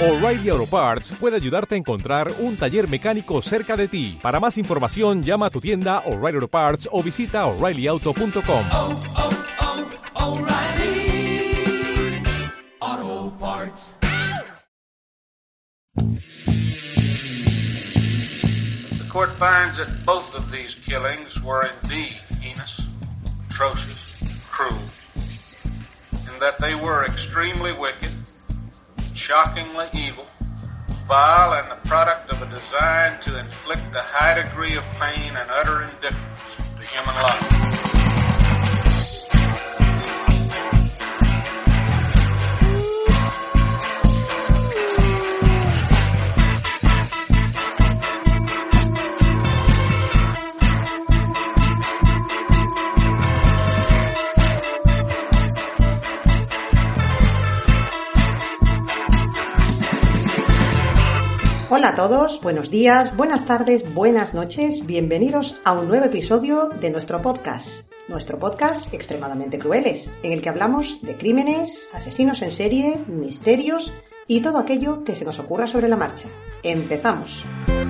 O'Reilly Auto Parts puede ayudarte a encontrar un taller mecánico cerca de ti. Para más información, llama a tu tienda O'Reilly Auto Parts o visita O'ReillyAuto.com. O'Reilly Auto Parts. The court finds that both of these killings were indeed heinous, atrocious, cruel, and that they were extremely wicked, shockingly evil, vile, and the product of a design to inflict a high degree of pain and utter indifference to human life. Hola a todos, buenos días, buenas tardes, buenas noches, bienvenidos a un nuevo episodio de nuestro podcast Extremadamente Crueles, en el que hablamos de crímenes, asesinos en serie, misterios y todo aquello que se nos ocurra sobre la marcha. ¡Empezamos!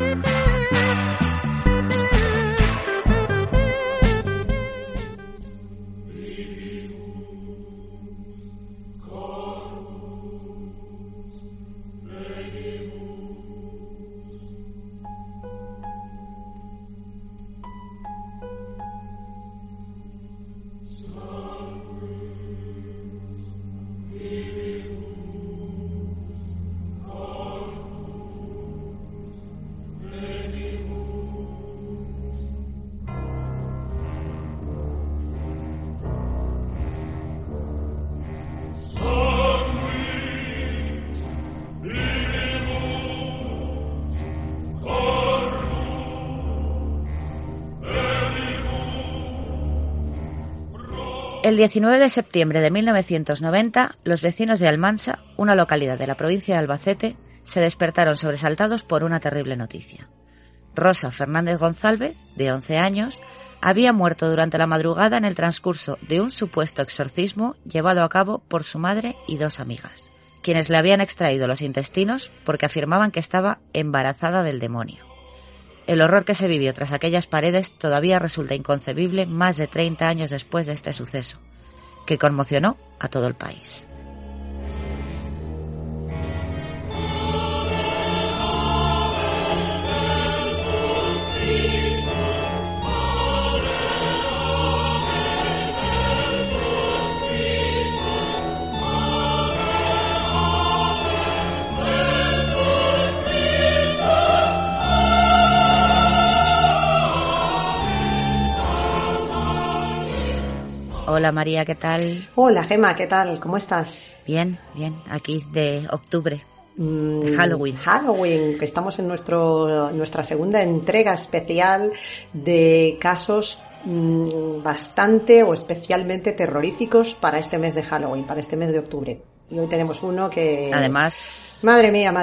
El 19 de septiembre de 1990, los vecinos de Almansa, una localidad de la provincia de Albacete, se despertaron sobresaltados por una terrible noticia. Rosa Fernández González, de 11 años, había muerto durante la madrugada en el transcurso de un supuesto exorcismo llevado a cabo por su madre y dos amigas, quienes le habían extraído los intestinos porque afirmaban que estaba embarazada del demonio. El horror que se vivió tras aquellas paredes todavía resulta inconcebible más de 30 años después de este suceso, que conmocionó a todo el país. Hola María, ¿qué tal? Hola Gemma, ¿qué tal? ¿Cómo estás? Bien, aquí de octubre, de Halloween. Halloween, que estamos en nuestra segunda entrega especial de casos bastante o especialmente terroríficos para este mes de Halloween, para este mes de octubre. Y hoy tenemos uno que... Además... Madre mía.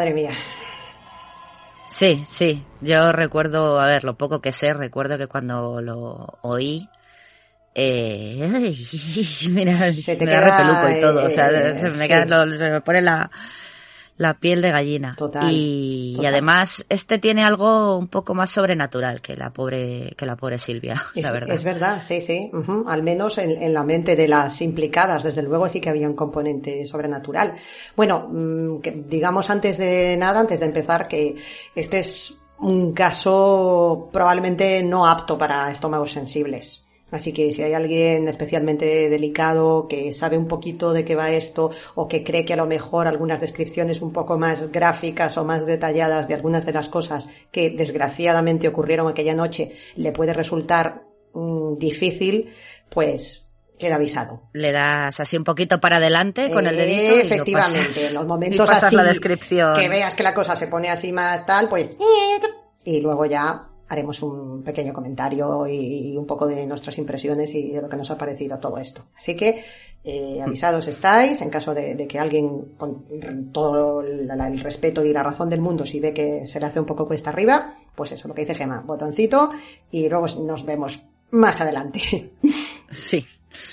Sí, yo recuerdo, lo poco que sé, recuerdo que cuando lo oí... mira, se te me queda, da repeluco y todo, se me pone la piel de gallina. Total. Y además este tiene algo un poco más sobrenatural que la pobre Silvia, la verdad. Es verdad, sí. Uh-huh. Al menos en la mente de las implicadas, desde luego sí que había un componente sobrenatural. Bueno, digamos antes de empezar que este es un caso probablemente no apto para estómagos sensibles. Así que si hay alguien especialmente delicado que sabe un poquito de qué va esto o que cree que a lo mejor algunas descripciones un poco más gráficas o más detalladas de algunas de las cosas que desgraciadamente ocurrieron aquella noche le puede resultar difícil, pues queda avisado. Le das así un poquito para adelante con el dedito y efectivamente, en los momentos así la descripción. Que veas que la cosa se pone así más tal, pues y luego ya haremos un pequeño comentario y un poco de nuestras impresiones y de lo que nos ha parecido todo esto. Así que avisados estáis, en caso de que alguien, con todo el respeto y la razón del mundo, si ve que se le hace un poco cuesta arriba, pues eso, lo que dice Gemma, botoncito, y luego nos vemos más adelante. Sí.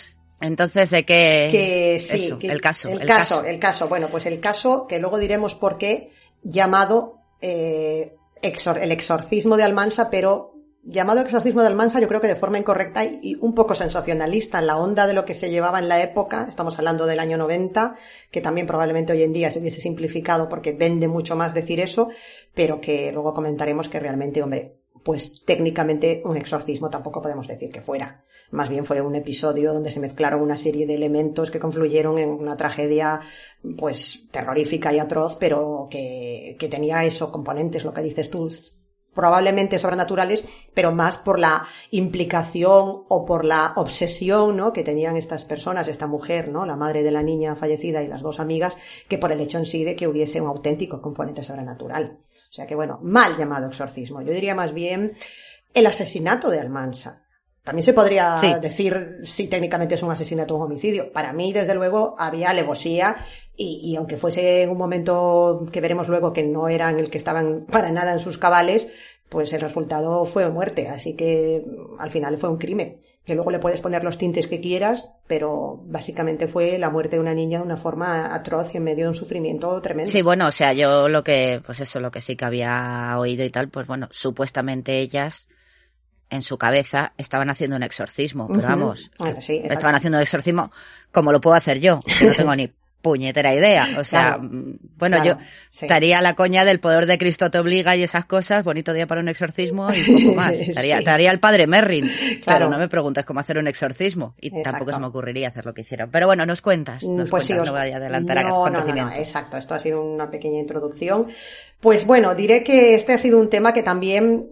Entonces, ¿de qué? Que sí, eso, que el caso. El caso. Bueno, pues el caso, que luego diremos por qué, llamado el exorcismo de Almansa, pero llamado el exorcismo de Almansa yo creo que de forma incorrecta y un poco sensacionalista en la onda de lo que se llevaba en la época. Estamos hablando del año 90, que también probablemente hoy en día se hubiese simplificado porque vende mucho más decir eso, pero que luego comentaremos que realmente, hombre, pues técnicamente un exorcismo tampoco podemos decir que fuera. Más bien fue un episodio donde se mezclaron una serie de elementos que confluyeron en una tragedia pues terrorífica y atroz, pero que tenía esos componentes, lo que dices tú, probablemente sobrenaturales, pero más por la implicación o por la obsesión, ¿no?, que tenían estas personas, esta mujer, ¿no?, la madre de la niña fallecida y las dos amigas, que por el hecho en sí de que hubiese un auténtico componente sobrenatural. O sea que, bueno, mal llamado exorcismo. Yo diría más bien el asesinato de Almansa. También se podría decir si técnicamente es un asesinato o un homicidio. Para mí, desde luego, había alevosía y aunque fuese en un momento que veremos luego que no era en el que estaban para nada en sus cabales, pues el resultado fue muerte. Así que al final fue un crimen. Que luego le puedes poner los tintes que quieras, pero básicamente fue la muerte de una niña de una forma atroz y en medio de un sufrimiento tremendo. Sí, bueno, o sea, yo lo que sí que había oído y tal, pues bueno, supuestamente ellas en su cabeza estaban haciendo un exorcismo, pero vamos, bueno, sí, estaban haciendo un exorcismo como lo puedo hacer yo, que no tengo ni puñetera idea, o sea, claro, bueno, claro, yo daría la coña del poder de Cristo te obliga y esas cosas, bonito día para un exorcismo y poco más, daría el padre Merrin, claro. Pero no me preguntes cómo hacer un exorcismo y tampoco se me ocurriría hacer lo que hicieron, pero bueno, nos cuentas, no voy a adelantar acontecimientos. No, exacto, esto ha sido una pequeña introducción. Pues bueno, diré que este ha sido un tema que también,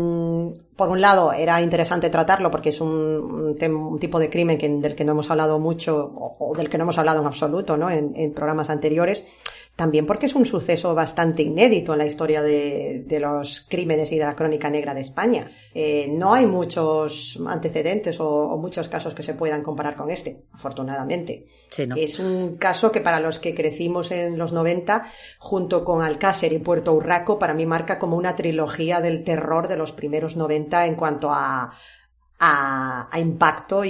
por un lado, era interesante tratarlo porque es un tipo de crimen del que no hemos hablado mucho o del que no hemos hablado en absoluto, ¿no?, en programas anteriores. También porque es un suceso bastante inédito en la historia de los crímenes y de la crónica negra de España. No hay muchos antecedentes o muchos casos que se puedan comparar con este, afortunadamente. Sí, ¿no? Es un caso que para los que crecimos en los 90, junto con Alcácer y Puerto Urraco, para mí marca como una trilogía del terror de los primeros 90 en cuanto a impacto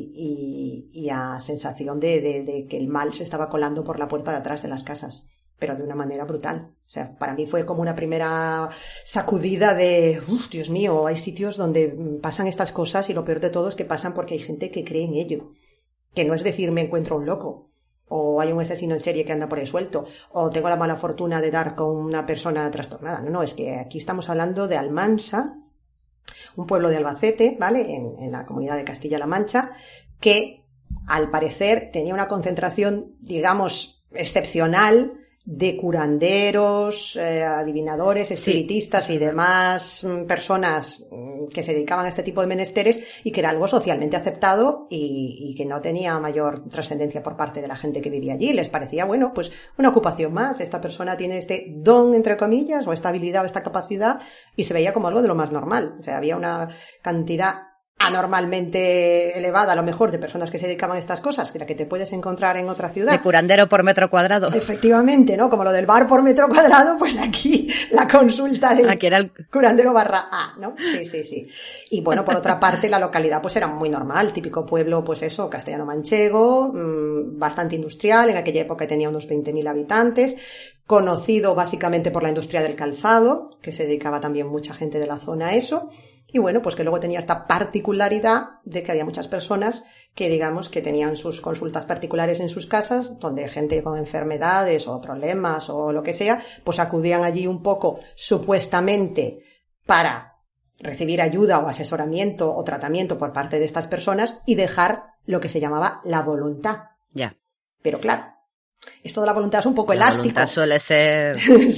y a sensación de que el mal se estaba colando por la puerta de atrás de las casas, pero de una manera brutal. O sea, para mí fue como una primera sacudida de, Dios mío, hay sitios donde pasan estas cosas y lo peor de todo es que pasan porque hay gente que cree en ello. Que no es decir me encuentro un loco, o hay un asesino en serie que anda por ahí suelto, o tengo la mala fortuna de dar con una persona trastornada. No, es que aquí estamos hablando de Almansa, un pueblo de Albacete, ¿vale?, en la comunidad de Castilla-La Mancha, que al parecer tenía una concentración, digamos, excepcional de curanderos, adivinadores, espiritistas y demás personas que se dedicaban a este tipo de menesteres y que era algo socialmente aceptado y que no tenía mayor trascendencia por parte de la gente que vivía allí. Les parecía, bueno, pues una ocupación más. Esta persona tiene este don, entre comillas, o esta habilidad o esta capacidad y se veía como algo de lo más normal. O sea, había una cantidad anormalmente elevada, a lo mejor, de personas que se dedicaban a estas cosas, que la que te puedes encontrar en otra ciudad. De curandero por metro cuadrado. Efectivamente, ¿no? Como lo del bar por metro cuadrado, pues aquí la consulta del aquí era el curandero barra A, ¿no? Sí. Y bueno, por otra parte, la localidad pues era muy normal, típico pueblo, pues eso, castellano-manchego, bastante industrial, en aquella época tenía unos 20.000 habitantes, conocido básicamente por la industria del calzado, que se dedicaba también mucha gente de la zona a eso. Y bueno, pues que luego tenía esta particularidad de que había muchas personas que, digamos, que tenían sus consultas particulares en sus casas, donde gente con enfermedades o problemas o lo que sea, pues acudían allí un poco supuestamente para recibir ayuda o asesoramiento o tratamiento por parte de estas personas y dejar lo que se llamaba la voluntad. Ya. Pero claro, esto de la voluntad es un poco elástico. La voluntad suele ser...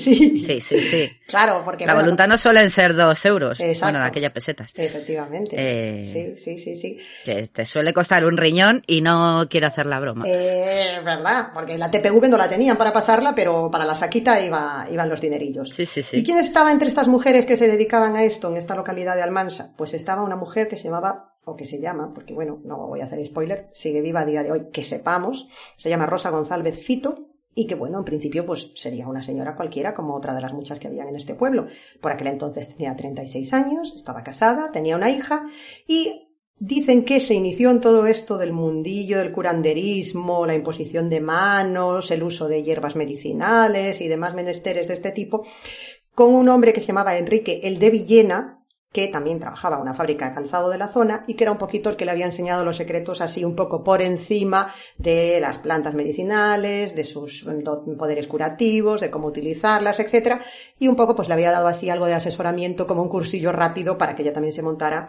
Sí. Claro, porque... La voluntad no suelen ser 2 euros. Exacto. Bueno, de aquellas pesetas. Efectivamente. Sí. Que te suele costar un riñón y no quiero hacer la broma. Verdad, porque la TPV no la tenían para pasarla, pero para la saquita iban los dinerillos. Sí. ¿Y quién estaba entre estas mujeres que se dedicaban a esto en esta localidad de Almansa? Pues estaba una mujer que se llamaba, o que se llama, porque bueno, no voy a hacer spoiler, sigue viva a día de hoy, que sepamos, se llama Rosa González Fito, y que bueno, en principio pues sería una señora cualquiera como otra de las muchas que habían en este pueblo. Por aquel entonces tenía 36 años, estaba casada, tenía una hija y Dicen que se inició en todo esto del mundillo del curanderismo, la imposición de manos, el uso de hierbas medicinales y demás menesteres de este tipo, con un hombre que se llamaba Enrique el de Villena, que también trabajaba en una fábrica de calzado de la zona y que era un poquito el que le había enseñado los secretos así un poco por encima de las plantas medicinales, de sus poderes curativos, de cómo utilizarlas, etcétera, y un poco pues le había dado así algo de asesoramiento como un cursillo rápido para que ella también se montara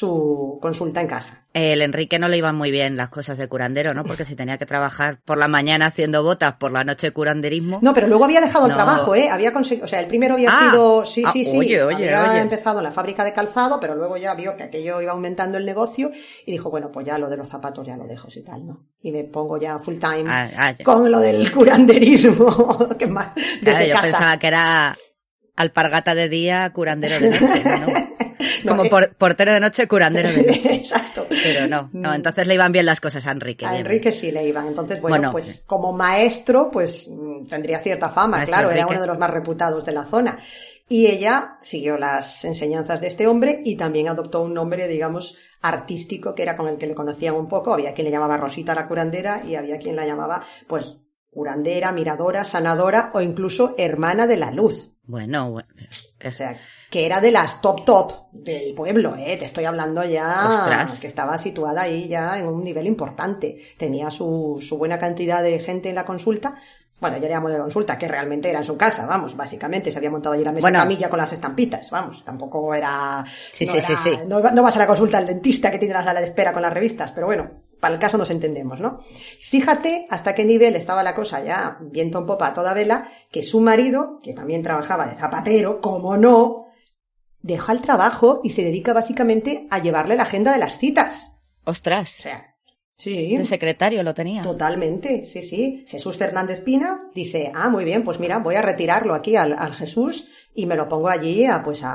su consulta en casa. El Enrique no le iban muy bien las cosas de curandero, ¿no? Porque si tenía que trabajar por la mañana haciendo botas, por la noche curanderismo. No, pero luego había dejado el trabajo, había conseguido, o sea, el primero había sido, sí, había empezado en la fábrica de calzado, pero luego ya vio que aquello iba aumentando el negocio y dijo, bueno, pues ya lo de los zapatos ya lo dejo y tal, ¿no? Y me pongo ya full time con lo del curanderismo, que más, claro, yo casa. Pensaba que era alpargata de día, curandero de noche, ¿no? Como portero de noche, curandero de noche. Exacto. Pero no, entonces le iban bien las cosas a Enrique. A Enrique sí le iban. Entonces, bueno, pues como maestro, pues tendría cierta fama, maestro claro, Enrique. Era uno de los más reputados de la zona. Y ella siguió las enseñanzas de este hombre y también adoptó un nombre, digamos, artístico, que era con el que le conocían un poco. Había quien le llamaba Rosita la curandera y había quien la llamaba, pues, curandera, miradora, sanadora o incluso hermana de la luz. Bueno. O sea, que era de las top del pueblo, te estoy hablando ya. Ostras. Que estaba situada ahí ya en un nivel importante. Tenía su buena cantidad de gente en la consulta. Bueno, ya digamos de consulta, que realmente era en su casa, vamos, básicamente se había montado allí la mesa camilla con las estampitas, vamos, tampoco era... Sí. No vas a la consulta del dentista que tiene la sala de espera con las revistas, pero bueno, para el caso nos entendemos, ¿no? Fíjate hasta qué nivel estaba la cosa ya viento en popa a toda vela, que su marido, que también trabajaba de zapatero, como no, deja el trabajo y se dedica básicamente a llevarle la agenda de las citas. ¡Ostras! O sea, sí. De secretario lo tenía. Totalmente, sí. Jesús Fernández Pina dice, muy bien, pues mira, voy a retirarlo aquí al Jesús y me lo pongo allí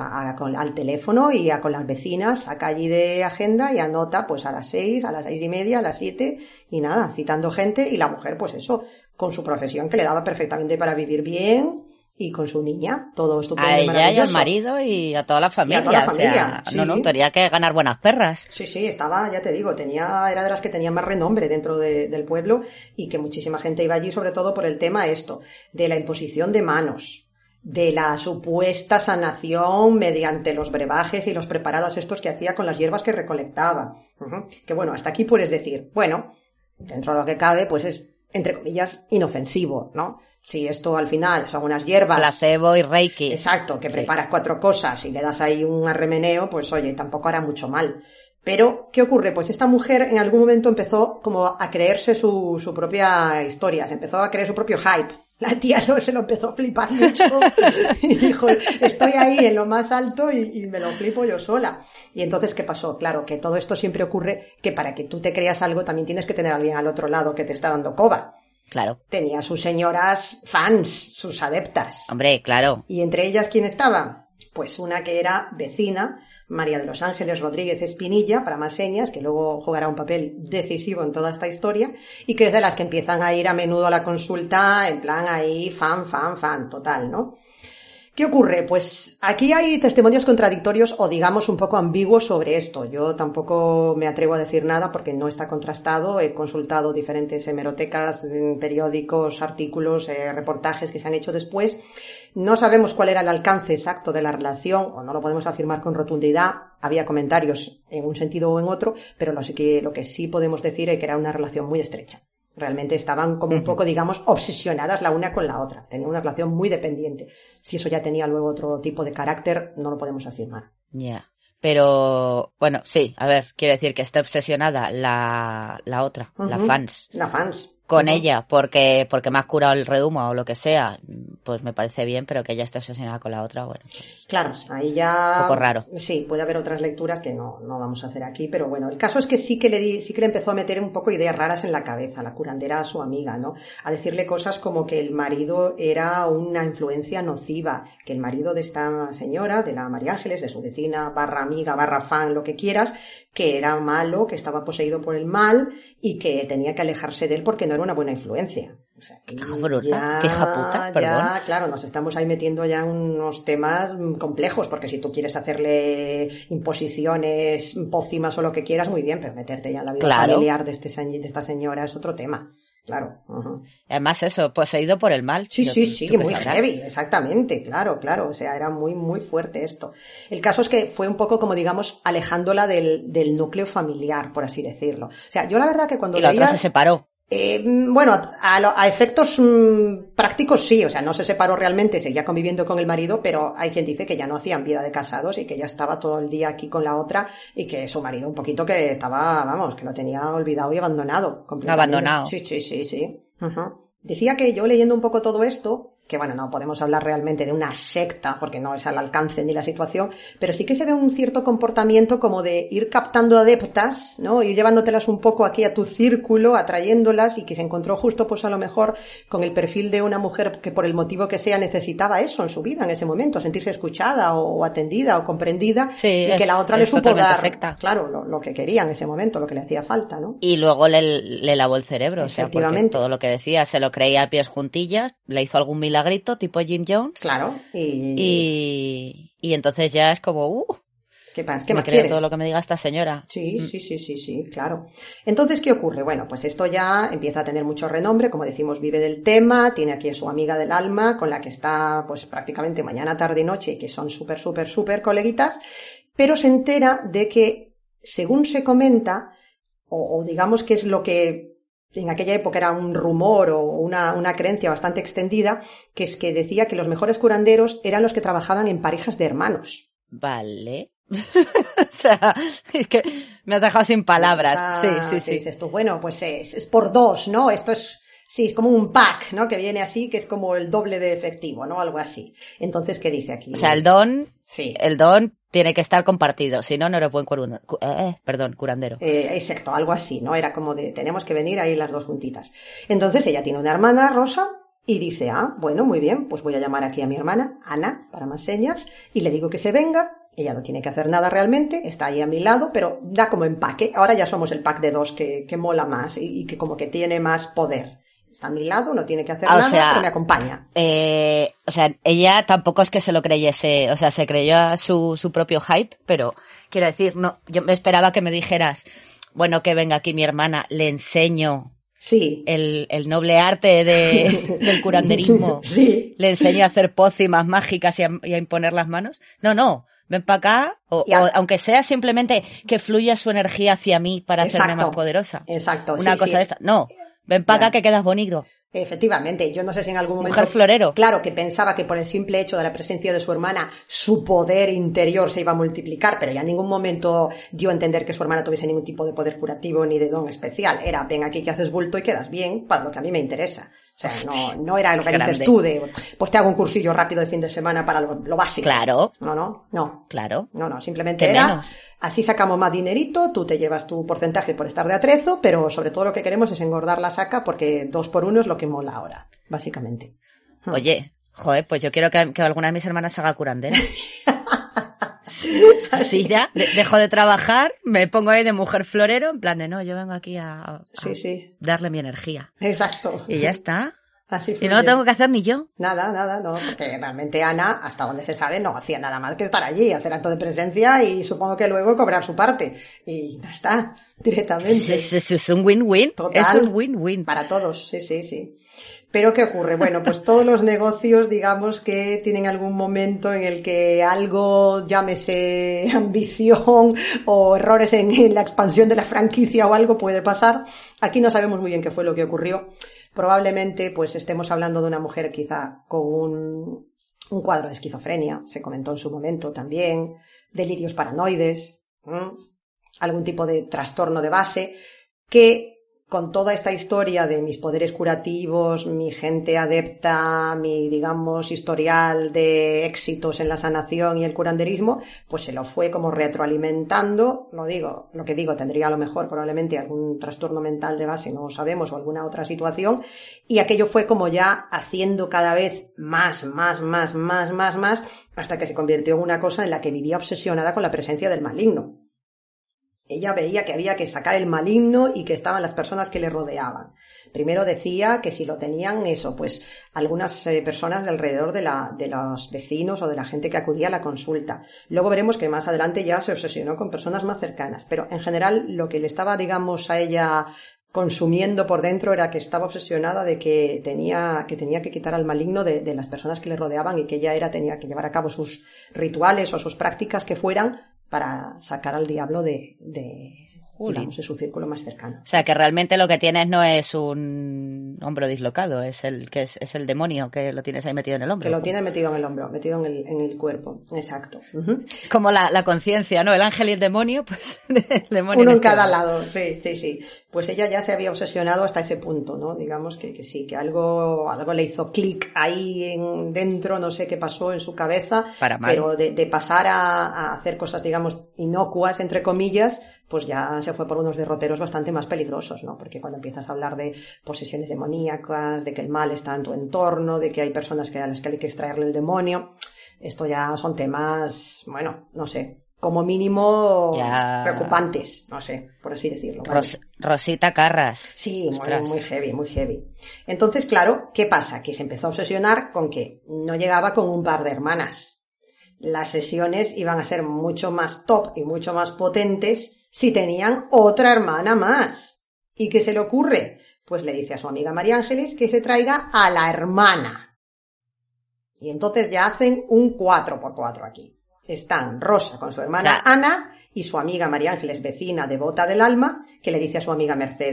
al teléfono y con las vecinas, saca allí de agenda y anota pues a las 6, a las 6:30, a las 7 y nada, citando gente y la mujer pues eso, con su profesión que le daba perfectamente para vivir bien y con su niña, todo estupendo. A ella y al marido y a toda la familia. O sea, sí. No, tenía que ganar buenas perras. Sí, estaba, ya te digo, era de las que tenía más renombre dentro del pueblo y que muchísima gente iba allí, sobre todo por el tema de la imposición de manos, de la supuesta sanación mediante los brebajes y los preparados estos que hacía con las hierbas que recolectaba. Que bueno, hasta aquí puedes decir, bueno, dentro de lo que cabe, pues es, entre comillas, inofensivo, ¿no? Si esto al final son unas hierbas... Placebo y reiki. Exacto, que preparas 4 cosas y le das ahí un arremeneo, pues oye, tampoco hará mucho mal. Pero, ¿qué ocurre? Pues esta mujer en algún momento empezó como a creerse su propia historia, se empezó a creer su propio hype. La tía se lo empezó a flipar mucho y dijo, estoy ahí en lo más alto y me lo flipo yo sola. Y entonces, ¿qué pasó? Claro, que todo esto siempre ocurre que para que tú te creas algo también tienes que tener a alguien al otro lado que te está dando coba. Claro. Tenía sus señoras fans, sus adeptas. Hombre, claro. ¿Y entre ellas quién estaba? Pues una que era vecina, María de los Ángeles Rodríguez Espinilla, para más señas, que luego jugará un papel decisivo en toda esta historia, y que es de las que empiezan a ir a menudo a la consulta, en plan ahí, fan, total, ¿no? ¿Qué ocurre? Pues aquí hay testimonios contradictorios o digamos un poco ambiguos sobre esto. Yo tampoco me atrevo a decir nada porque no está contrastado. He consultado diferentes hemerotecas, periódicos, artículos, reportajes que se han hecho después. No sabemos cuál era el alcance exacto de la relación o no lo podemos afirmar con rotundidad. Había comentarios en un sentido o en otro, pero lo que sí podemos decir es que era una relación muy estrecha. Realmente estaban como un poco, digamos, obsesionadas la una con la otra. Tenían una relación muy dependiente. Si eso ya tenía luego otro tipo de carácter, no lo podemos afirmar. Ya. Pero, bueno, sí, a ver, quiero decir que está obsesionada la otra, la fans. La fans. Con ella, porque me has curado el reuma o lo que sea, pues me parece bien, pero que ella esté obsesionada con la otra, bueno. Pues, claro, ahí ya... Un poco raro. Sí, puede haber otras lecturas que no vamos a hacer aquí, pero bueno, el caso es que sí que le empezó a meter un poco ideas raras en la cabeza, la curandera a su amiga, ¿no? A decirle cosas como que el marido era una influencia nociva, que el marido de esta señora, de la María Ángeles, de su vecina, amiga, fan, lo que quieras, que era malo, que estaba poseído por el mal y que tenía que alejarse de él porque no era una buena influencia. O sea, Qué jabrosa, qué hija puta, perdón. Ya, claro, nos estamos ahí metiendo ya en unos temas complejos, porque si tú quieres hacerle imposiciones, pócimas o lo que quieras, muy bien, pero meterte ya en la vida familiar de esta señora es otro tema. Claro. Uh-huh. Además eso, poseído por el mal. Sí, muy heavy, exactamente, claro. O sea, era muy, muy fuerte esto. El caso es que fue un poco como, digamos, alejándola del núcleo familiar, por así decirlo. O sea, yo la verdad que cuando y la otra se separó. Bueno, a efectos prácticos sí, o sea, no se separó realmente, seguía conviviendo con el marido, pero hay quien dice que ya no hacían vida de casados y que ya estaba todo el día aquí con la otra y que su marido un poquito que estaba, vamos, que lo tenía olvidado y abandonado completamente. Abandonado. Sí. Uh-huh. Decía que yo leyendo un poco todo esto, que bueno, no podemos hablar realmente de una secta, porque no es al alcance ni la situación, pero sí que se ve un cierto comportamiento como de ir captando adeptas, ¿no? Ir llevándotelas un poco aquí a tu círculo, atrayéndolas, y que se encontró justo pues a lo mejor con el perfil de una mujer que por el motivo que sea necesitaba eso en su vida en ese momento, sentirse escuchada o atendida o comprendida, y que la otra le supo dar, secta. Claro, lo que quería en ese momento, lo que le hacía falta, ¿no? Y luego le lavó el cerebro, o sea, porque todo lo que decía se lo creía a pies juntillas, le hizo algún milagrito tipo Jim Jones. Claro. Y entonces ya es como, ¿qué más creo quieres? todo lo que me diga esta señora. Sí, claro. Entonces, ¿qué ocurre? Bueno, pues esto ya empieza a tener mucho renombre, como decimos, vive del tema, tiene aquí a su amiga del alma, con la que está pues prácticamente mañana, tarde y noche, y que son súper coleguitas, pero se entera de que, según se comenta, o digamos que es lo que en aquella época era un rumor o una creencia bastante extendida, que es que decía que los mejores curanderos eran los que trabajaban en parejas de hermanos. Vale. O sea, es que me has dejado sin palabras. Sí. Dices tú, bueno, pues es por dos, ¿no? Esto es como un pack, ¿no? Que viene así, que es como el doble de efectivo, ¿no? Algo así. Entonces, ¿qué dice aquí? O sea, el don tiene que estar compartido, si no, no eres buen curandero. Exacto, algo así, ¿no? Era como de, tenemos que venir ahí las dos juntitas. Entonces, ella tiene una hermana, Rosa, y dice, bueno, muy bien, pues voy a llamar aquí a mi hermana, Ana, para más señas, y le digo que se venga. Ella no tiene que hacer nada realmente, está ahí a mi lado, pero da como empaque. Ahora ya somos el pack de dos que mola más y que como que tiene más poder. Está a mi lado, no tiene que hacer nada, pero me acompaña. O sea, ella tampoco es que se lo creyese, o sea, se creyó su propio hype, pero quiero decir, no, yo me esperaba que me dijeras, bueno, que venga aquí mi hermana, le enseño el noble arte del curanderismo, le enseño a hacer pócimas mágicas y a imponer las manos. No, ven para acá, o aunque sea simplemente que fluya su energía hacia mí para hacerme más poderosa. Exacto. Una cosa de esta. No. Ven para acá que quedas bonito. Efectivamente, yo no sé si en algún momento... Mujer florero. Claro, que pensaba que por el simple hecho de la presencia de su hermana, su poder interior se iba a multiplicar, pero ya en ningún momento dio a entender que su hermana tuviese ningún tipo de poder curativo ni de don especial. Era, ven aquí que haces bulto y quedas bien, para lo que a mí me interesa. O sea, no era lo que dices tú de, pues te hago un cursillo rápido de fin de semana para lo básico. Claro. No. Claro. No, simplemente era, menos? Así sacamos más dinerito, tú te llevas tu porcentaje por estar de atrezo, pero sobre todo lo que queremos es engordar la saca porque 2 por 1 es lo que mola ahora, básicamente. Oye, pues yo quiero que alguna de mis hermanas se haga curandera. Así ya, dejo de trabajar, me pongo ahí de mujer florero, en plan de no, yo vengo aquí a darle mi energía. Exacto. Y ya está. Así fluye. Y no lo tengo que hacer ni yo. Nada, no, porque realmente Ana, hasta donde se sabe, no hacía nada más que estar allí, hacer acto de presencia y supongo que luego cobrar su parte. Y ya está, directamente. Es un win-win. Total, es un win-win. Para todos, sí. Pero ¿qué ocurre? Bueno, pues todos los negocios, digamos que tienen algún momento en el que algo, llámese ambición o errores en la expansión de la franquicia o algo puede pasar. Aquí no sabemos muy bien qué fue lo que ocurrió. Probablemente pues estemos hablando de una mujer quizá con un cuadro de esquizofrenia, se comentó en su momento también, delirios paranoides, algún tipo de trastorno de base, que con toda esta historia de mis poderes curativos, mi gente adepta, mi, digamos, historial de éxitos en la sanación y el curanderismo, pues se lo fue como retroalimentando, lo que digo, tendría a lo mejor probablemente algún trastorno mental de base, no lo sabemos, o alguna otra situación, y aquello fue como ya haciendo cada vez más, hasta que se convirtió en una cosa en la que vivía obsesionada con la presencia del maligno. Ella veía que había que sacar el maligno y que estaban las personas que le rodeaban. Primero decía que si lo tenían eso, pues algunas personas de alrededor de los vecinos o de la gente que acudía a la consulta. Luego veremos que más adelante ya se obsesionó con personas más cercanas. Pero en general lo que le estaba, digamos, a ella consumiendo por dentro era que estaba obsesionada de que tenía que quitar al maligno de las personas que le rodeaban y que ella tenía que llevar a cabo sus rituales o sus prácticas que fueran para sacar al diablo digamos, de su círculo más cercano. O sea, que realmente lo que tienes no es un hombro dislocado, es el demonio que lo tienes ahí metido en el hombro. Que lo tiene metido en el hombro, metido en el cuerpo, exacto. Uh-huh. Como la conciencia, ¿no? El ángel y el demonio, pues el demonio. Uno en cada lado, sí. Pues ella ya se había obsesionado hasta ese punto, ¿no? Digamos que sí, que algo le hizo clic ahí dentro, no sé qué pasó en su cabeza, para mal. Pero de pasar a hacer cosas, digamos, inocuas, entre comillas, pues ya se fue por unos derroteros bastante más peligrosos, ¿no? Porque cuando empiezas a hablar de posesiones demoníacas, de que el mal está en tu entorno, de que hay personas a las que hay que extraerle el demonio, esto ya son temas, bueno, no sé, como mínimo ya preocupantes, no sé, por así decirlo. ¿Vale? Rosita Carras. Sí, muy heavy, muy heavy. Entonces, claro, ¿qué pasa? Que se empezó a obsesionar con que no llegaba con un par de hermanas. Las sesiones iban a ser mucho más top y mucho más potentes si tenían otra hermana más. ¿Y qué se le ocurre? Pues le dice a su amiga María Ángeles que se traiga a la hermana. Y entonces ya hacen un 4x4 aquí. Están Rosa con su hermana Ana y su amiga María Ángeles, vecina devota del alma, que le dice a su amiga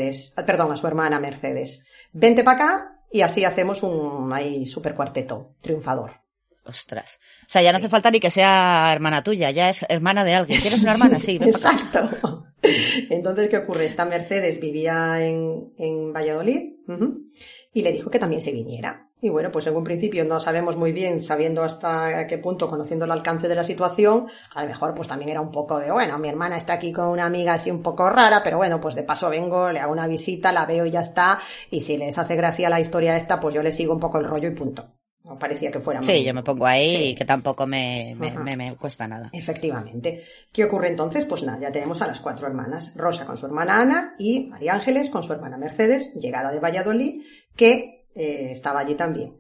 a su hermana Mercedes, vente para acá y así hacemos un super cuarteto triunfador. Ostras. O sea, ya no hace falta ni que sea hermana tuya, ya es hermana de alguien. ¿Quieres una hermana? Sí, ven para acá. Exacto. Entonces, ¿qué ocurre? Esta Mercedes vivía en Valladolid, y le dijo que también se viniera. Y bueno, pues en un principio no sabemos muy bien, sabiendo hasta qué punto, conociendo el alcance de la situación, a lo mejor pues también era un poco de, bueno, mi hermana está aquí con una amiga así un poco rara, pero bueno, pues de paso vengo, le hago una visita, la veo y ya está, y si les hace gracia la historia esta, pues yo les sigo un poco el rollo y punto. No parecía que fuera Sí, yo me pongo ahí y que tampoco me cuesta nada. Efectivamente. ¿Qué ocurre entonces? Pues nada, ya tenemos a las 4 hermanas. Rosa con su hermana Ana y María Ángeles con su hermana Mercedes, llegada de Valladolid, que estaba allí también.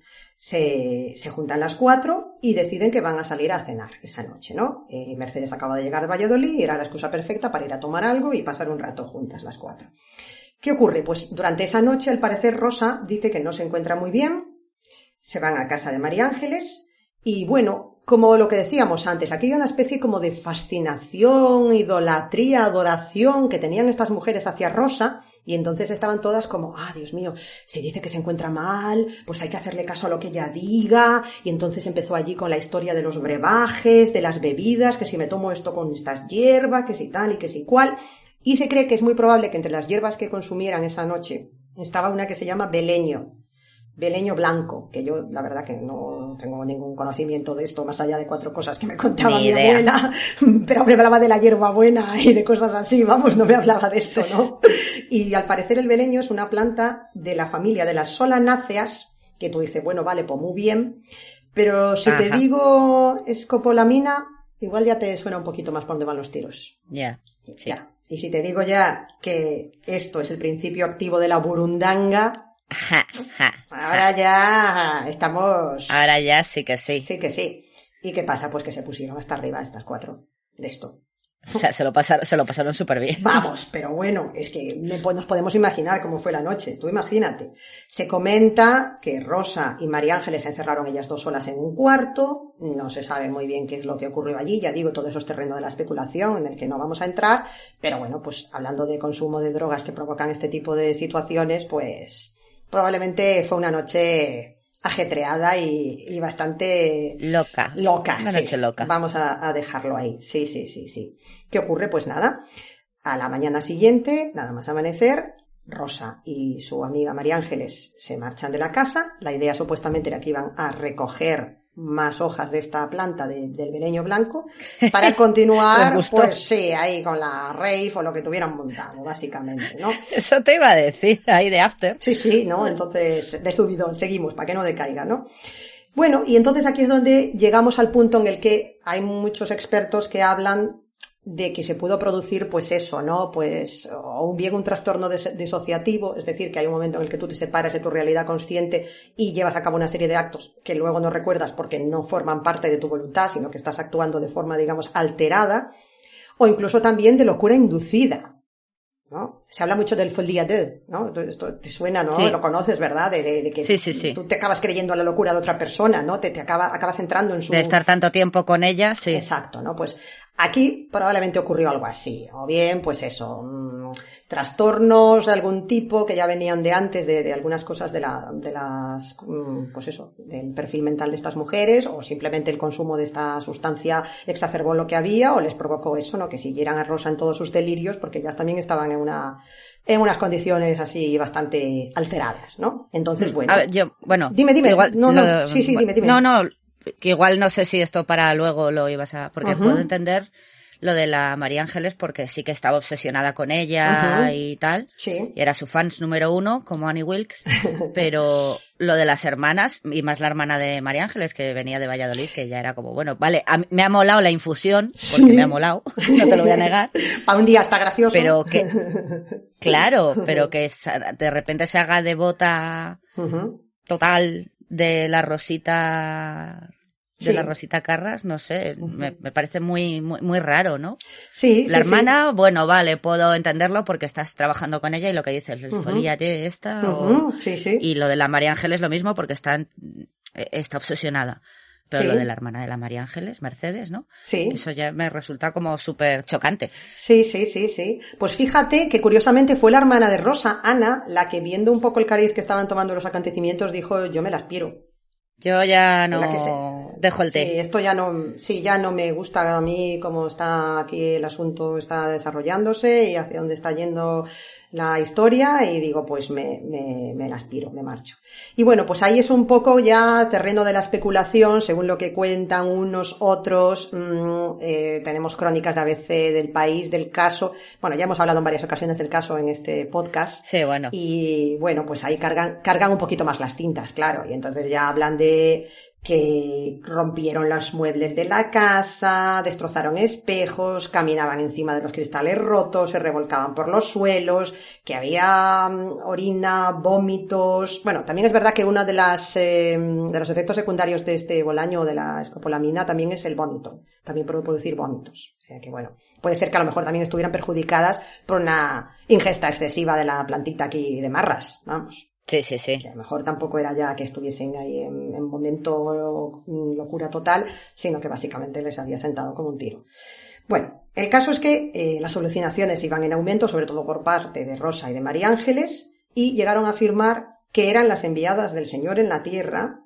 Se juntan las 4 y deciden que van a salir a cenar esa noche, ¿no? Mercedes acaba de llegar de Valladolid y era la excusa perfecta para ir a tomar algo y pasar un rato juntas las 4. ¿Qué ocurre? Pues durante esa noche, al parecer, Rosa dice que no se encuentra muy bien. Se van a casa de María Ángeles y bueno, como lo que decíamos antes, aquí hay una especie como de fascinación, idolatría, adoración que tenían estas mujeres hacia Rosa y entonces estaban todas como, Dios mío, si dice que se encuentra mal, pues hay que hacerle caso a lo que ella diga y entonces empezó allí con la historia de los brebajes, de las bebidas, que si me tomo esto con estas hierbas, que si tal y que si cual y se cree que es muy probable que entre las hierbas que consumieran esa noche estaba una que se llama Beleño blanco, que yo la verdad que no tengo ningún conocimiento de esto más allá de 4 cosas que me contaba mi abuela, pero me hablaba de la hierbabuena y de cosas así, vamos, no me hablaba de esto, ¿no? Y al parecer el beleño es una planta de la familia de las solanáceas, que tú dices, bueno, vale, pues muy bien, pero si te digo escopolamina, igual ya te suena un poquito más por dónde van los tiros. Ya, sí. Ya. Y si te digo ya que esto es el principio activo de la burundanga, ahora ya estamos... Ahora ya sí que sí. Sí que sí. ¿Y qué pasa? Pues que se pusieron hasta arriba estas 4 de esto. O sea, se lo pasaron súper bien. Vamos, pero bueno, es que nos podemos imaginar cómo fue la noche. Tú imagínate. Se comenta que Rosa y María Ángeles se encerraron ellas 2 solas en un cuarto. No se sabe muy bien qué es lo que ocurrió allí. Ya digo, todo eso es terreno de la especulación en el que no vamos a entrar. Pero bueno, pues hablando de consumo de drogas que provocan este tipo de situaciones, pues probablemente fue una noche ajetreada y bastante... Loca. Una noche loca. Vamos a dejarlo ahí. Sí. ¿Qué ocurre? Pues nada, a la mañana siguiente, nada más amanecer, Rosa y su amiga María Ángeles se marchan de la casa. La idea supuestamente era que iban a recoger más hojas de esta planta del beleño blanco para continuar, pues sí, ahí con la rave o lo que tuvieran montado, básicamente, ¿no? Eso te iba a decir, ahí de after. Sí, ¿no? Entonces, de subidón, seguimos, para que no decaiga, ¿no? Bueno, y entonces aquí es donde llegamos al punto en el que hay muchos expertos que hablan de que se pudo producir, pues eso, ¿no? Pues, o bien un trastorno disociativo, es decir, que hay un momento en el que tú te separas de tu realidad consciente y llevas a cabo una serie de actos que luego no recuerdas porque no forman parte de tu voluntad, sino que estás actuando de forma, digamos, alterada, o incluso también de locura inducida, ¿no? Se habla mucho del folie à deux, ¿no? Esto te suena, ¿no? Sí. Lo conoces, ¿verdad? De que Sí. tú te acabas creyendo a la locura de otra persona, ¿no? Acabas entrando en su... De estar tanto tiempo con ella, sí. Exacto, ¿no? Pues aquí probablemente ocurrió algo así. O bien, pues eso, trastornos de algún tipo que ya venían de antes, de algunas cosas pues eso, del perfil mental de estas mujeres, o simplemente el consumo de esta sustancia exacerbó lo que había, o les provocó eso, ¿no? Que siguieran a Rosa en todos sus delirios, porque ellas también estaban en unas condiciones así bastante alteradas, ¿no? Entonces, bueno. A ver, Dime. Igual, Sí, dime. No, que igual no sé si esto para luego lo ibas a... Porque puedo entender lo de la María Ángeles porque sí que estaba obsesionada con ella y tal. Sí. Y era su fans número 1, como Annie Wilkes. Pero lo de las hermanas, y más la hermana de María Ángeles, que venía de Valladolid, que ya era como, bueno, vale, me ha molado la infusión, porque me ha molado, no te lo voy a negar. Para un día está gracioso. Pero que, claro, pero que de repente se haga devota total de la Rosita... de la Rosita Carras, no sé, me parece muy raro, ¿no? Sí, la hermana, bueno, vale, puedo entenderlo porque estás trabajando con ella y lo que dices, el folíate esta, y lo de la María Ángeles lo mismo porque está obsesionada. Pero lo de la hermana de la María Ángeles, Mercedes, ¿no? Sí. Eso ya me resulta como súper chocante. Sí. Pues fíjate que curiosamente fue la hermana de Rosa, Ana, la que viendo un poco el cariz que estaban tomando los acontecimientos dijo, yo me las piro. Yo ya no dejo el té. Sí, esto ya no me gusta a mí cómo está aquí el asunto, está desarrollándose y hacia dónde está yendo la historia y digo, pues me las piro, me marcho. Y bueno, pues ahí es un poco ya terreno de la especulación, según lo que cuentan unos, otros, tenemos crónicas de ABC del país, del caso, bueno, ya hemos hablado en varias ocasiones del caso en este podcast. Sí, bueno. Y bueno, pues ahí cargan un poquito más las tintas, claro, y entonces ya hablan de que rompieron los muebles de la casa, destrozaron espejos, caminaban encima de los cristales rotos, se revolcaban por los suelos, que había orina, vómitos. Bueno, también es verdad que uno de los efectos secundarios de este bolaño o de la escopolamina también es el vómito. También puede producir vómitos. O sea que bueno, puede ser que a lo mejor también estuvieran perjudicadas por una ingesta excesiva de la plantita aquí de marras, vamos. Sí. Que a lo mejor tampoco era ya que estuviesen ahí en momento locura total, sino que básicamente les había sentado como un tiro. Bueno, el caso es que las alucinaciones iban en aumento, sobre todo por parte de Rosa y de María Ángeles, y llegaron a afirmar que eran las enviadas del Señor en la tierra,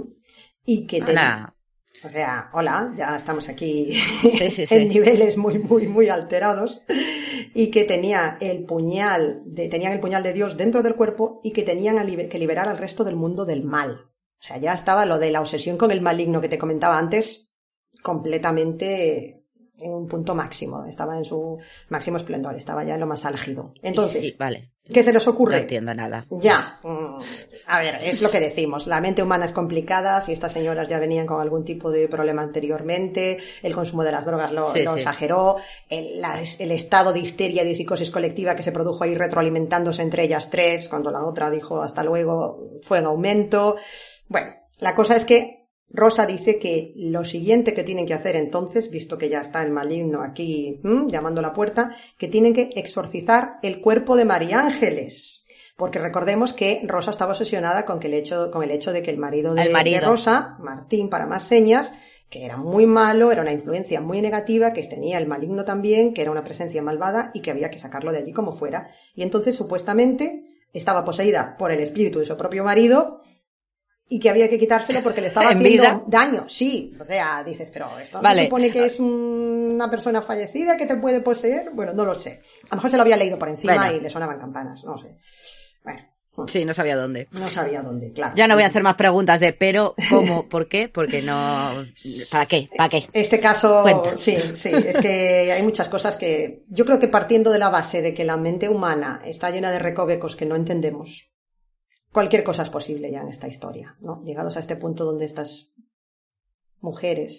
y que o sea, hola, ya estamos aquí en niveles muy alterados, y que tenían el puñal de Dios dentro del cuerpo y que tenían que liberar al resto del mundo del mal. O sea, ya estaba lo de la obsesión con el maligno que te comentaba antes, completamente en un punto máximo, estaba en su máximo esplendor, estaba ya en lo más álgido. Entonces, sí, vale. ¿Qué se les ocurre? No entiendo nada. Ya, a ver, es lo que decimos, la mente humana es complicada, si estas señoras ya venían con algún tipo de problema anteriormente, el consumo de las drogas lo exageró, el estado de histeria y de psicosis colectiva que se produjo ahí retroalimentándose entre ellas tres, cuando la otra dijo hasta luego, fue en aumento. Bueno, la cosa es que Rosa dice que lo siguiente que tienen que hacer entonces, visto que ya está el maligno aquí llamando a la puerta, que tienen que exorcizar el cuerpo de María Ángeles. Porque recordemos que Rosa estaba obsesionada con el hecho de que el marido de Rosa, Martín para más señas, que era muy malo, era una influencia muy negativa, que tenía el maligno también, que era una presencia malvada y que había que sacarlo de allí como fuera. Y entonces supuestamente estaba poseída por el espíritu de su propio marido, y que había que quitárselo porque le estaba haciendo daño. Sí, o sea, dices, pero esto no se supone que es una persona fallecida que te puede poseer. Bueno, no lo sé. A lo mejor se lo había leído por encima y le sonaban campanas, no sé. Bueno. Sí, no sabía dónde. No sabía dónde, claro. Ya no voy a hacer más preguntas de pero, ¿cómo? ¿Por qué? Porque no... ¿Para qué? ¿Para qué? Este caso, Cuenta. sí, es que hay muchas cosas que... Yo creo que partiendo de la base de que la mente humana está llena de recovecos que no entendemos, cualquier cosa es posible ya en esta historia, ¿no? Llegados a este punto donde estas mujeres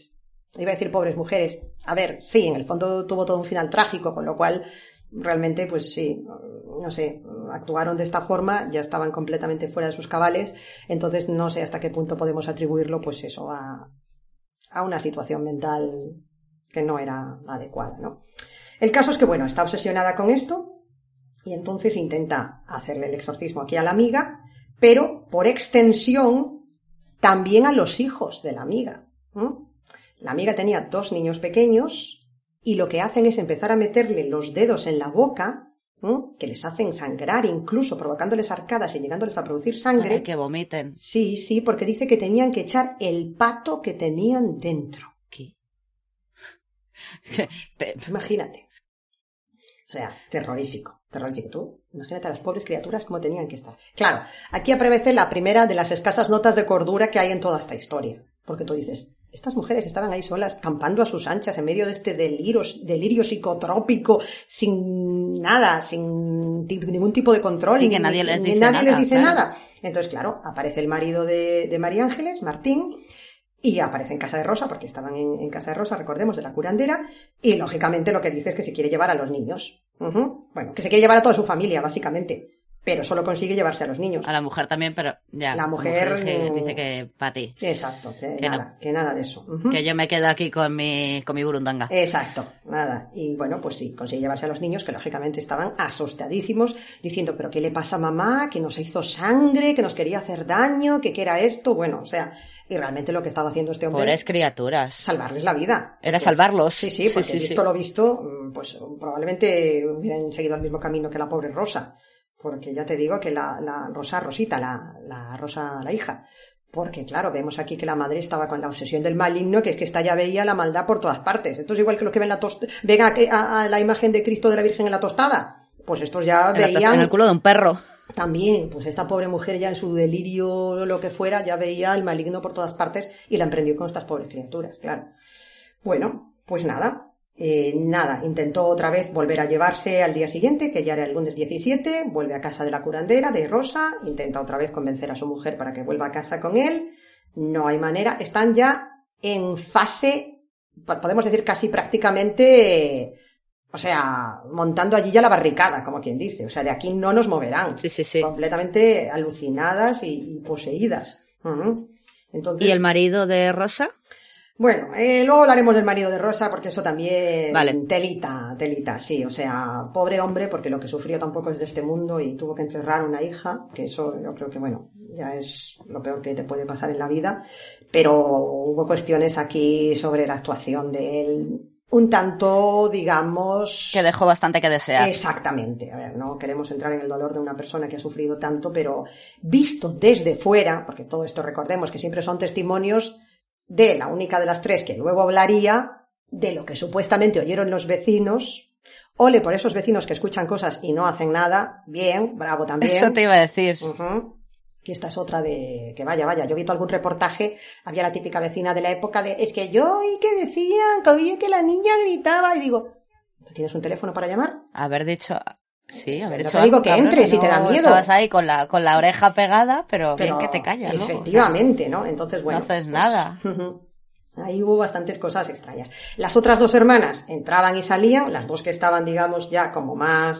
iba a decir pobres mujeres. A ver, sí, en el fondo tuvo todo un final trágico, con lo cual realmente, pues sí, no sé, actuaron de esta forma, ya estaban completamente fuera de sus cabales, entonces no sé hasta qué punto podemos atribuirlo, pues eso, a una situación mental que no era adecuada, ¿no? El caso es que, bueno, está obsesionada con esto y entonces intenta hacerle el exorcismo aquí a la amiga, pero por extensión también a los hijos de la amiga. La amiga tenía 2 niños pequeños y lo que hacen es empezar a meterle los dedos en la boca, que les hacen sangrar, incluso provocándoles arcadas y llegándoles a producir sangre. Ay, que vomiten. Sí, sí, porque dice que tenían que echar el pato que tenían dentro. ¿Qué? Imagínate. O sea, terrorífico. Tú, imagínate a las pobres criaturas cómo tenían que estar. Claro, aquí aparece la primera de las escasas notas de cordura que hay en toda esta historia. Porque tú dices, estas mujeres estaban ahí solas, campando a sus anchas en medio de este delirio psicotrópico, sin nada, sin ningún tipo de control. Y que nadie les dice nada. Entonces, claro, aparece el marido de María Ángeles, Martín, y aparece en casa de Rosa, porque estaban en casa de Rosa, recordemos, de la curandera, y lógicamente lo que dice es que se quiere llevar a los niños. Bueno, que se quiere llevar a toda su familia, básicamente, pero solo consigue llevarse a los niños. A la mujer también, pero ya. La mujer dice que para ti. Exacto, que nada de eso. Que yo me quedo aquí con mi burundanga. Exacto, nada. Y bueno, pues sí, consigue llevarse a los niños, que lógicamente estaban asustadísimos, diciendo, pero ¿qué le pasa a mamá? Que nos hizo sangre, que nos quería hacer daño, que qué era esto. Bueno, o sea, y realmente lo que estaba haciendo este hombre... Pobres criaturas. Salvarles la vida. Era salvarlos. Sí, porque visto lo visto, pues probablemente hubieran seguido el mismo camino que la pobre Rosa. Porque ya te digo que la Rosita, la Rosa, la hija. Porque claro, vemos aquí que la madre estaba con la obsesión del maligno, que es que esta ya veía la maldad por todas partes. Esto es igual que los que ven ven a la imagen de Cristo de la Virgen en la tostada. Pues estos ya veían... En el culo de un perro. También, pues esta pobre mujer ya en su delirio o lo que fuera, ya veía el maligno por todas partes y la emprendió con estas pobres criaturas, claro. Bueno, pues nada, intentó otra vez volver a llevarse al día siguiente, que ya era el lunes 17, vuelve a casa de la curandera, de Rosa, intenta otra vez convencer a su mujer para que vuelva a casa con él, no hay manera, están ya en fase, podemos decir casi prácticamente... O sea, montando allí ya la barricada, como quien dice. O sea, de aquí no nos moverán. Sí. Completamente alucinadas y poseídas. Entonces, ¿y el marido de Rosa? Bueno, luego hablaremos del marido de Rosa, porque eso también... Vale. Telita, sí. O sea, pobre hombre, porque lo que sufrió tampoco es de este mundo y tuvo que enterrar una hija, que eso yo creo que, bueno, ya es lo peor que te puede pasar en la vida. Pero hubo cuestiones aquí sobre la actuación de él... Un tanto, digamos... Que dejó bastante que desear. Exactamente. A ver, no queremos entrar en el dolor de una persona que ha sufrido tanto, pero visto desde fuera, porque todo esto recordemos que siempre son testimonios de la única de las 3 que luego hablaría de lo que supuestamente oyeron los vecinos. Ole por esos vecinos que escuchan cosas y no hacen nada. Bien, bravo también. Eso te iba a decir. Y esta es otra de que vaya, yo he visto algún reportaje, había la típica vecina de la época de, es que yo oí que decían, que oí que la niña gritaba, y digo, ¿tienes un teléfono para llamar? Haber dicho, sí, haber no dicho te digo algo, que cabrón, entres si no, te da miedo. Estabas ahí con la oreja pegada, pero bien que te callas, ¿no? Efectivamente, ¿no? Entonces, bueno. No haces pues, nada. Ahí hubo bastantes cosas extrañas. Las otras 2 hermanas entraban y salían, las 2 que estaban, digamos, ya como más,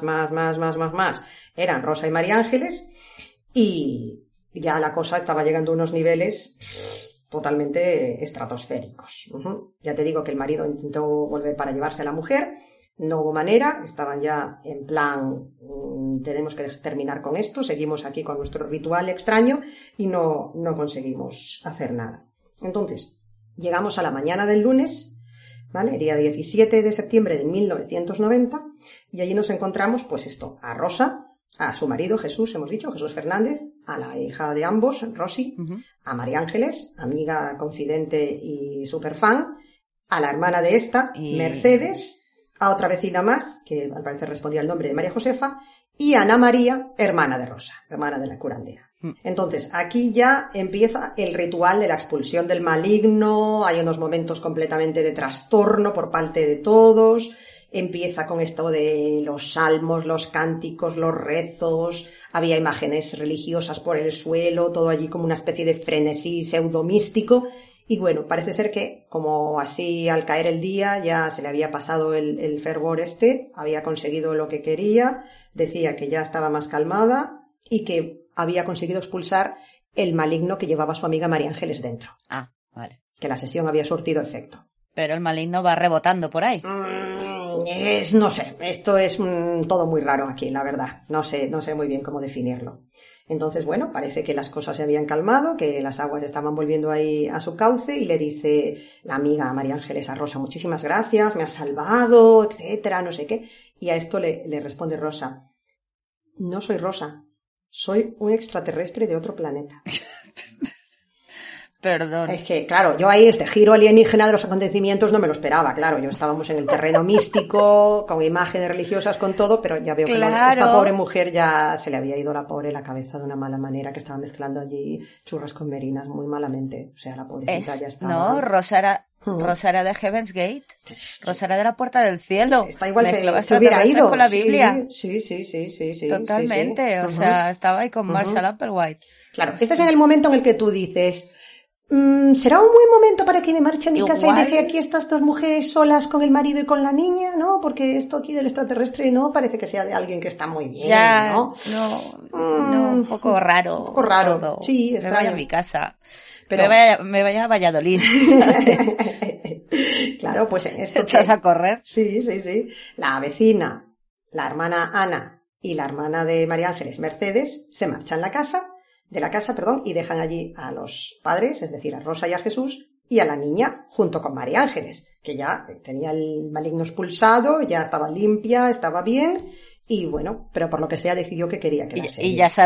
eran Rosa y María Ángeles, y ya la cosa estaba llegando a unos niveles totalmente estratosféricos. Ya te digo que el marido intentó volver para llevarse a la mujer, no hubo manera, estaban ya en plan, tenemos que terminar con esto, seguimos aquí con nuestro ritual extraño y no conseguimos hacer nada. Entonces, llegamos a la mañana del lunes, ¿vale? Día 17 de septiembre de 1990, y allí nos encontramos, pues esto, a Rosa, a su marido Jesús, hemos dicho, Jesús Fernández, a la hija de ambos, Rosy, a María Ángeles, amiga, confidente y superfan, a la hermana de esta, Mercedes, a otra vecina más, que al parecer respondía al nombre de María Josefa, y a Ana María, hermana de Rosa, hermana de la curandera. Entonces, aquí ya empieza el ritual de la expulsión del maligno, hay unos momentos completamente de trastorno por parte de todos, empieza con esto de los salmos, los cánticos, los rezos, había imágenes religiosas por el suelo, todo allí como una especie de frenesí pseudomístico, Y bueno, parece ser que como así al caer el día ya se le había pasado el fervor había conseguido lo que quería, decía que ya estaba más calmada y que había conseguido expulsar el maligno que llevaba su amiga María Ángeles dentro. Ah, vale. Que la sesión había surtido efecto. Pero el maligno va rebotando por ahí. No sé, esto es todo muy raro aquí, la verdad. No sé muy bien cómo definirlo. Entonces, bueno, parece que las cosas se habían calmado, que las aguas estaban volviendo ahí a su cauce y le dice la amiga María Ángeles a Rosa, muchísimas gracias, me has salvado, etcétera, no sé qué. Y a esto le responde Rosa, no soy Rosa, soy un extraterrestre de otro planeta. Perdón. Es que, claro, yo ahí este giro alienígena de los acontecimientos no me lo esperaba, claro, yo estábamos en el terreno místico, con imágenes religiosas, con todo, pero ya veo que esta pobre mujer ya se le había ido la cabeza de una mala manera, que estaba mezclando allí churras con merinas muy malamente, o sea, la pobrecita ya estaba... No, Rosa era de Heaven's Gate, Rosa era de la Puerta del Cielo. Está igual se hubiera ido. Con la Biblia. Sí. Totalmente, sí. O sea, estaba ahí con Marshall Applewhite. Claro, este es en el momento en el que tú dices... será un buen momento para que me marche a mi casa y deje aquí estas dos mujeres solas con el marido y con la niña, ¿no? Porque esto aquí del extraterrestre no parece que sea de alguien que está muy bien, ya, ¿no? No, un poco raro. Un poco raro, todo. Sí, me extraño. voy a mi casa. Pero... Me vaya a Valladolid, ¿sabes? Claro, pues en esto... ¿Echas a correr? Sí. La vecina, la hermana Ana y la hermana de María Ángeles, Mercedes, se marchan de la casa, y dejan allí a los padres, es decir, a Rosa y a Jesús, y a la niña, junto con María Ángeles, que ya tenía el maligno expulsado, ya estaba limpia, estaba bien, y bueno, pero por lo que sea decidió que quería quedarse. Y ya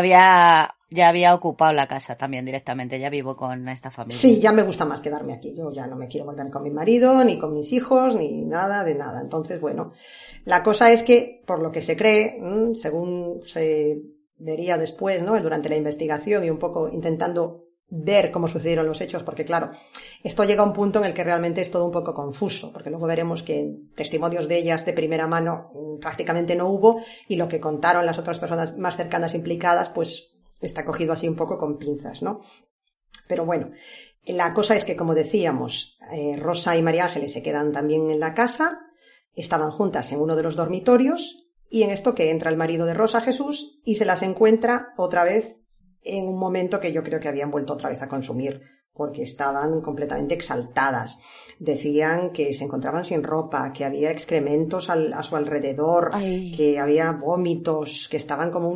había ocupado la casa también directamente, ya vivo con esta familia. Sí, ya me gusta más quedarme aquí, yo ya no me quiero volver con mi marido, ni con mis hijos, ni nada de nada. Entonces, bueno, la cosa es que, por lo que se cree, según se vería después, ¿no? Durante la investigación y un poco intentando ver cómo sucedieron los hechos, porque claro, esto llega a un punto en el que realmente es todo un poco confuso, porque luego veremos que testimonios de ellas de primera mano prácticamente no hubo, y lo que contaron las otras personas más cercanas implicadas, pues está cogido así un poco con pinzas, ¿no? Pero bueno, la cosa es que, como decíamos, Rosa y María Ángeles se quedan también en la casa, estaban juntas en uno de los dormitorios, y en esto que entra el marido de Rosa, Jesús, y se las encuentra otra vez en un momento que yo creo que habían vuelto otra vez a consumir, porque estaban completamente exaltadas. Decían que se encontraban sin ropa, que había excrementos a su alrededor, que había vómitos, que estaban como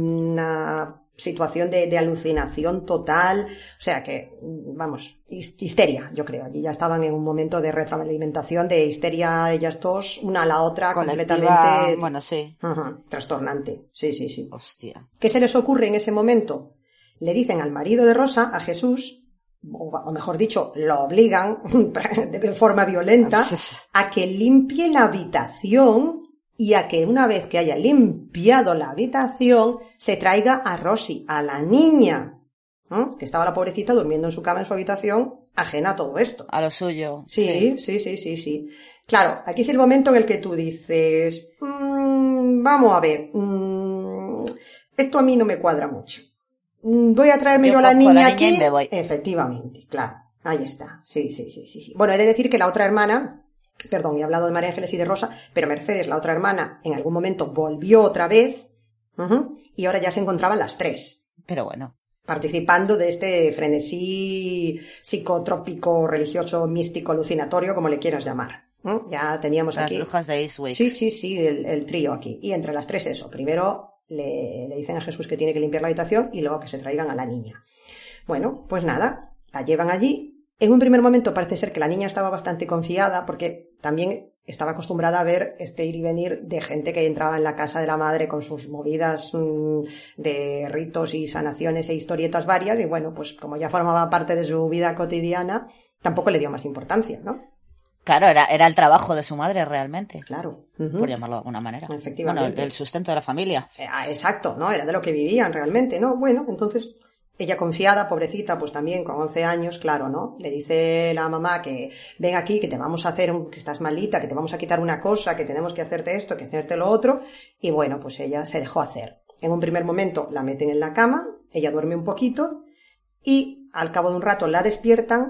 una situación de alucinación total, o sea que, vamos, histeria, yo creo. Allí ya estaban en un momento de retroalimentación, de histeria ellas dos, una a la otra, colectiva, completamente... Bueno, sí. Trastornante, sí. Hostia. ¿Qué se les ocurre en ese momento? Le dicen al marido de Rosa, a Jesús, o mejor dicho, lo obligan de forma violenta a que limpie la habitación y a que una vez que haya limpiado la habitación se traiga a Rosy, a la niña, ¿no? Que estaba la pobrecita durmiendo en su cama en su habitación, ajena a todo esto. A lo suyo. Sí. Claro, aquí es el momento en el que tú dices, vamos a ver, esto a mí no me cuadra mucho. Voy a traerme yo a la niña aquí. Y me voy. Efectivamente, claro. Ahí está. Sí. Bueno, he de decir que la otra hermana, he hablado de María Ángeles y de Rosa, pero Mercedes, la otra hermana, en algún momento volvió otra vez, y ahora ya se encontraban las tres. Pero bueno. Participando de este frenesí psicotrópico, religioso, místico, alucinatorio, como le quieras llamar. Ya teníamos aquí. Las brujas de Eastwick. Sí, el trío aquí. Y entre las tres eso. Primero le dicen a Jesús que tiene que limpiar la habitación y luego que se traigan a la niña. Bueno, pues nada, la llevan allí. En un primer momento parece ser que la niña estaba bastante confiada porque también estaba acostumbrada a ver este ir y venir de gente que entraba en la casa de la madre con sus movidas de ritos y sanaciones e historietas varias, y bueno, pues como ya formaba parte de su vida cotidiana, tampoco le dio más importancia, ¿no? Claro, era el trabajo de su madre realmente. Claro. Por llamarlo de alguna manera. Efectivamente. Bueno, el sustento de la familia. Exacto, ¿no? Era de lo que vivían realmente, ¿no? Bueno, entonces ella confiada, pobrecita, pues también con 11 años, claro, ¿no? Le dice la mamá que ven aquí, que te vamos a hacer, que estás malita, que te vamos a quitar una cosa, que tenemos que hacerte esto, que hacerte lo otro. Y bueno, pues ella se dejó hacer. En un primer momento la meten en la cama, ella duerme un poquito y al cabo de un rato la despiertan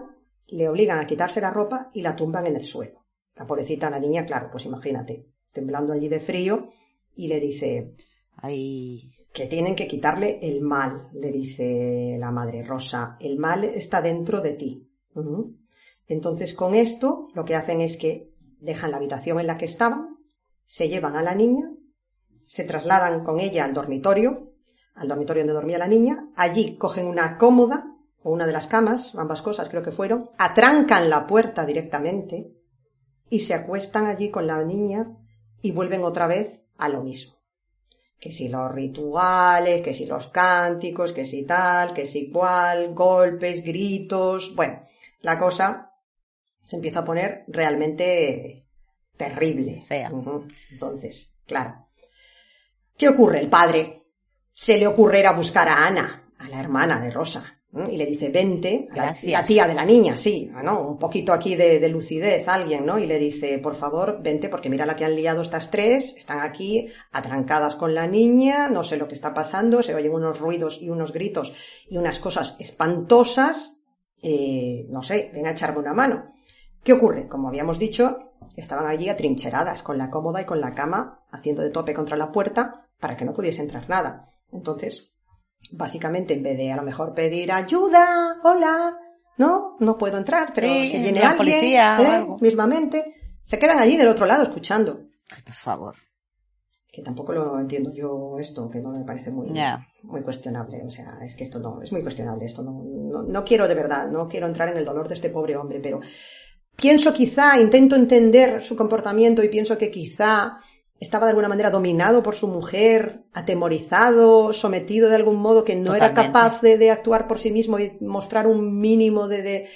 le obligan a quitarse la ropa y la tumban en el suelo. La pobrecita, la niña, claro, pues imagínate, temblando allí de frío, y le dice... Ay... que tienen que quitarle el mal, le dice la madre Rosa. El mal está dentro de ti. Entonces, con esto, lo que hacen es que dejan la habitación en la que estaban, se llevan a la niña, se trasladan con ella al dormitorio donde dormía la niña. Allí cogen una cómoda, o una de las camas, ambas cosas creo que fueron, atrancan la puerta directamente y se acuestan allí con la niña y vuelven otra vez a lo mismo. Que si los rituales, que si los cánticos, que si tal, que si cual, golpes, gritos... Bueno, la cosa se empieza a poner realmente terrible. Fea. Entonces, claro. ¿Qué ocurre? El padre se le ocurre ir a buscar a Ana, a la hermana de Rosa, y le dice, vente, a la tía de la niña, sí, ¿no? Un poquito aquí de lucidez alguien, ¿no? Y le dice, por favor, vente, porque mira la que han liado estas tres, están aquí atrancadas con la niña, no sé lo que está pasando, se oyen unos ruidos y unos gritos y unas cosas espantosas, no sé, ven a echarme una mano. ¿Qué ocurre? Como habíamos dicho, estaban allí atrincheradas con la cómoda y con la cama, haciendo de tope contra la puerta para que no pudiese entrar nada. Entonces, básicamente, en vez de a lo mejor pedir ayuda, hola, no puedo entrar, pero sí, si viene la alguien, policía o algo. mismamente, se quedan allí del otro lado escuchando. Ay, por favor. Que tampoco lo entiendo yo esto, que no me parece muy cuestionable. O sea, es que esto no, es muy cuestionable. Esto no quiero de verdad, no quiero entrar en el dolor de este pobre hombre, pero pienso intento entender su comportamiento y pienso que quizá estaba de alguna manera dominado por su mujer, atemorizado, sometido de algún modo, que no Totalmente. era capaz de actuar por sí mismo y mostrar un mínimo de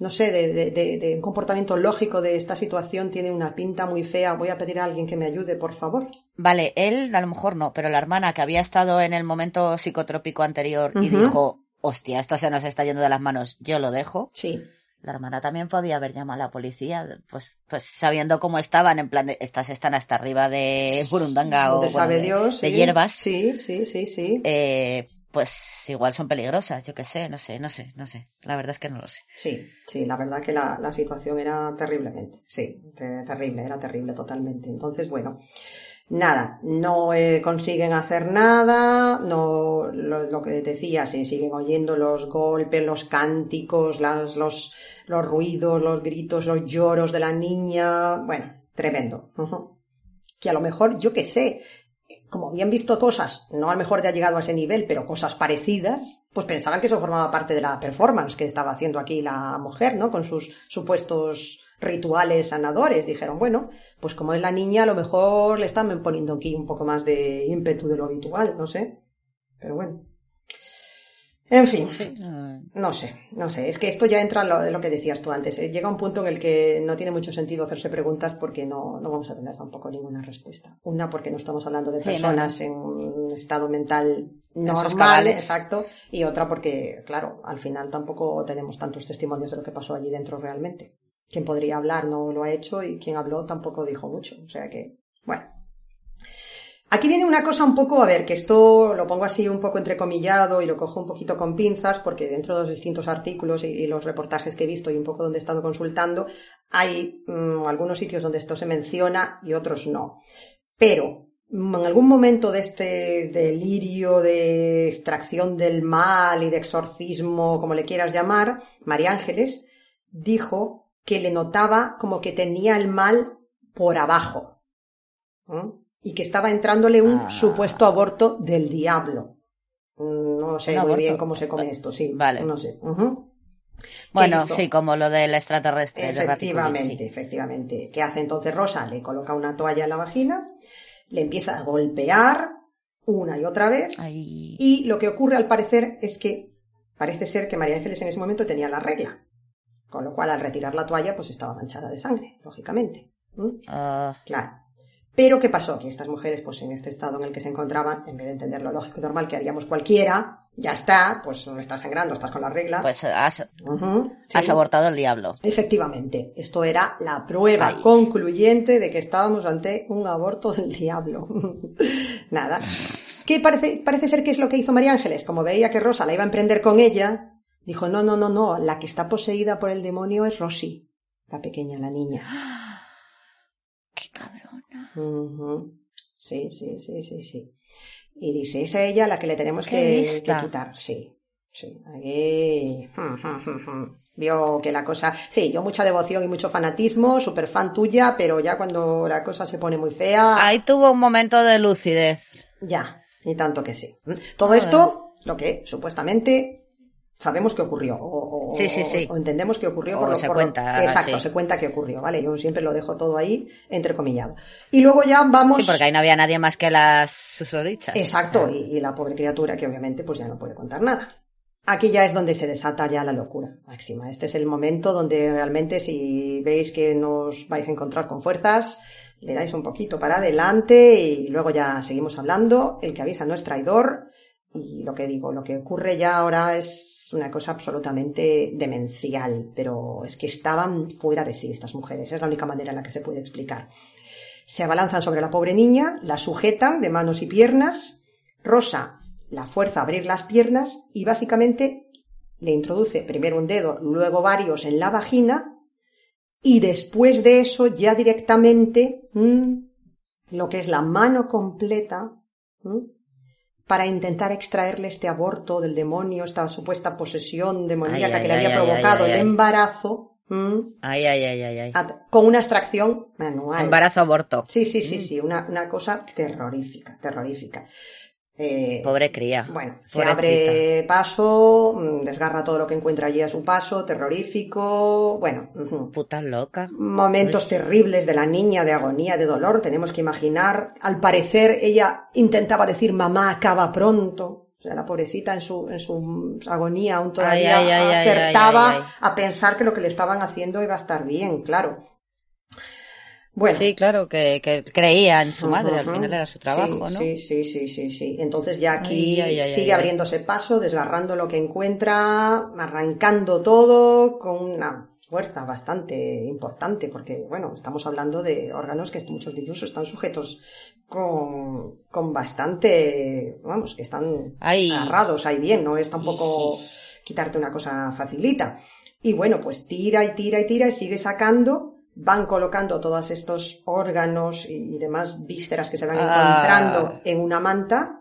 un comportamiento lógico de esta situación. Tiene una pinta muy fea. Voy a pedir a alguien que me ayude, por favor. Vale, él a lo mejor no, pero la hermana que había estado en el momento psicotrópico anterior y dijo, hostia, esto se nos está yendo de las manos, yo lo dejo. Sí. La hermana también podía haber llamado a la policía, pues sabiendo cómo estaban, en plan de, estas están hasta arriba de burundanga o sabe Dios, de sí. hierbas. Sí. Pues igual son peligrosas, yo qué sé, no sé. La verdad es que no lo sé. Sí, la verdad que la situación era terriblemente, terrible, era terrible totalmente. Entonces, bueno, nada, no consiguen hacer nada, no, lo que decía, se siguen oyendo los golpes, los cánticos, los ruidos, los gritos, los lloros de la niña, bueno, tremendo. Que a lo mejor, yo qué sé, como habían visto cosas, no a lo mejor ya ha llegado a ese nivel, pero cosas parecidas, pues pensaban que eso formaba parte de la performance que estaba haciendo aquí la mujer, ¿no? Con sus supuestos rituales sanadores. Dijeron, bueno, pues como es la niña, a lo mejor le están poniendo aquí un poco más de ímpetu de lo habitual, no sé. Pero bueno. En fin, Sí. no sé, es que esto ya entra en lo que decías tú antes, llega un punto en el que no tiene mucho sentido hacerse preguntas porque no vamos a tener tampoco ninguna respuesta. Una, porque no estamos hablando de personas en un estado mental normal, exacto, y otra porque, claro, al final tampoco tenemos tantos testimonios de lo que pasó allí dentro realmente. Quien podría hablar no lo ha hecho y quien habló tampoco dijo mucho, o sea que, bueno. Aquí viene una cosa un poco, a ver, que esto lo pongo así un poco entrecomillado y lo cojo un poquito con pinzas porque dentro de los distintos artículos y los reportajes que he visto y un poco donde he estado consultando, hay algunos sitios donde esto se menciona y otros no. Pero en algún momento de este delirio de extracción del mal y de exorcismo, como le quieras llamar, María Ángeles dijo que le notaba como que tenía el mal por abajo. Y que estaba entrándole un supuesto aborto del diablo. No sé muy bien cómo se come esto, sí. Vale. No sé. Bueno, sí, como lo del extraterrestre. Efectivamente. ¿Qué hace entonces Rosa? Le coloca una toalla en la vagina, le empieza a golpear una y otra vez. Ay. Y lo que ocurre al parecer es que parece ser que María Ángeles en ese momento tenía la regla. Con lo cual al retirar la toalla pues estaba manchada de sangre, lógicamente. Claro. Pero ¿qué pasó? Que estas mujeres, pues en este estado en el que se encontraban, en vez de entender lo lógico y normal que haríamos cualquiera, ya está, pues no estás sangrando, estás con la regla. Pues has abortado el diablo. Efectivamente, esto era la prueba concluyente de que estábamos ante un aborto del diablo. Nada. ¿Qué parece ser que es lo que hizo María Ángeles? Como veía que Rosa la iba a emprender con ella, Dijo, no, la que está poseída por el demonio es Rosy, la pequeña, la niña. ¡Qué cabrona! Uh-huh. Sí. Y dice, es a ella la que le tenemos que quitar. Sí. Ahí. Vio que la cosa... Sí, yo mucha devoción y mucho fanatismo, súper fan tuya, pero ya cuando la cosa se pone muy fea... Ahí tuvo un momento de lucidez. Ya, y tanto que sí. Todo esto, lo que supuestamente... sabemos que ocurrió, sí. o entendemos que ocurrió. Exacto, se cuenta que ocurrió, ¿vale? Yo siempre lo dejo todo ahí, entrecomillado. Y luego ya vamos... Sí, porque ahí no había nadie más que las susodichas. Exacto, y la pobre criatura que obviamente pues ya no puede contar nada. Aquí ya es donde se desata ya la locura máxima. Este es el momento donde realmente, si veis que nos vais a encontrar con fuerzas, le dais un poquito para adelante y luego ya seguimos hablando. El que avisa no es traidor. Y lo que digo, lo que ocurre ya ahora es una cosa absolutamente demencial, pero es que estaban fuera de sí estas mujeres, es la única manera en la que se puede explicar. Se abalanzan sobre la pobre niña, la sujetan de manos y piernas, Rosa la fuerza a abrir las piernas y básicamente le introduce primero un dedo, luego varios en la vagina y después de eso ya directamente lo que es la mano completa para intentar extraerle este aborto del demonio, esta supuesta posesión demoníaca que le había provocado el embarazo. Con una extracción manual. Embarazo-aborto. Sí, una cosa terrorífica. Pobre cría. Bueno, se abre paso, desgarra todo lo que encuentra allí a su paso, terrorífico, bueno. Puta loca. Momentos terribles de la niña, de agonía, de dolor, tenemos que imaginar. Al parecer ella intentaba decir mamá acaba pronto. O sea, la pobrecita en su agonía aún todavía acertaba a pensar que lo que le estaban haciendo iba a estar bien, claro. Bueno. Sí, claro, que creía en su madre, al final era su trabajo, ¿no? Sí. Entonces ya aquí sigue abriéndose paso, desgarrando lo que encuentra, arrancando todo con una fuerza bastante importante, porque, bueno, estamos hablando de órganos que muchos de ellos están sujetos con bastante, vamos, que están agarrados ahí bien, no es tampoco quitarte una cosa facilita. Y bueno, pues tira y sigue sacando. Van colocando todos estos órganos y demás vísceras que se van encontrando en una manta.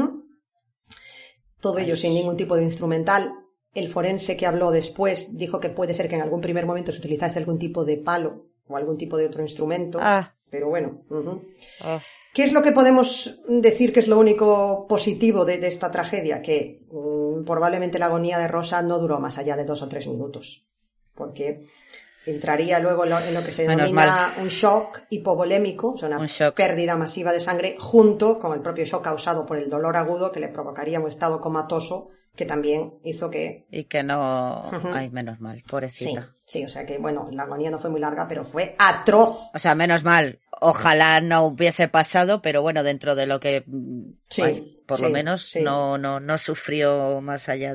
Todo ello sin ningún tipo de instrumental. El forense que habló después dijo que puede ser que en algún primer momento se utilizase algún tipo de palo o algún tipo de otro instrumento. Pero bueno. ¿Qué es lo que podemos decir que es lo único positivo de esta tragedia? Que probablemente la agonía de Rosa no duró más allá de 2 o 3 minutos. Porque... entraría luego en lo que se denomina un shock hipovolémico, o sea, una pérdida masiva de sangre, junto con el propio shock causado por el dolor agudo que le provocaría un estado comatoso que también hizo que... Y que no... Ay, menos mal, pobrecita. Sí, o sea que, bueno, la agonía no fue muy larga, pero fue atroz. O sea, menos mal. Ojalá no hubiese pasado, pero bueno, dentro de lo que... por lo menos no sufrió más allá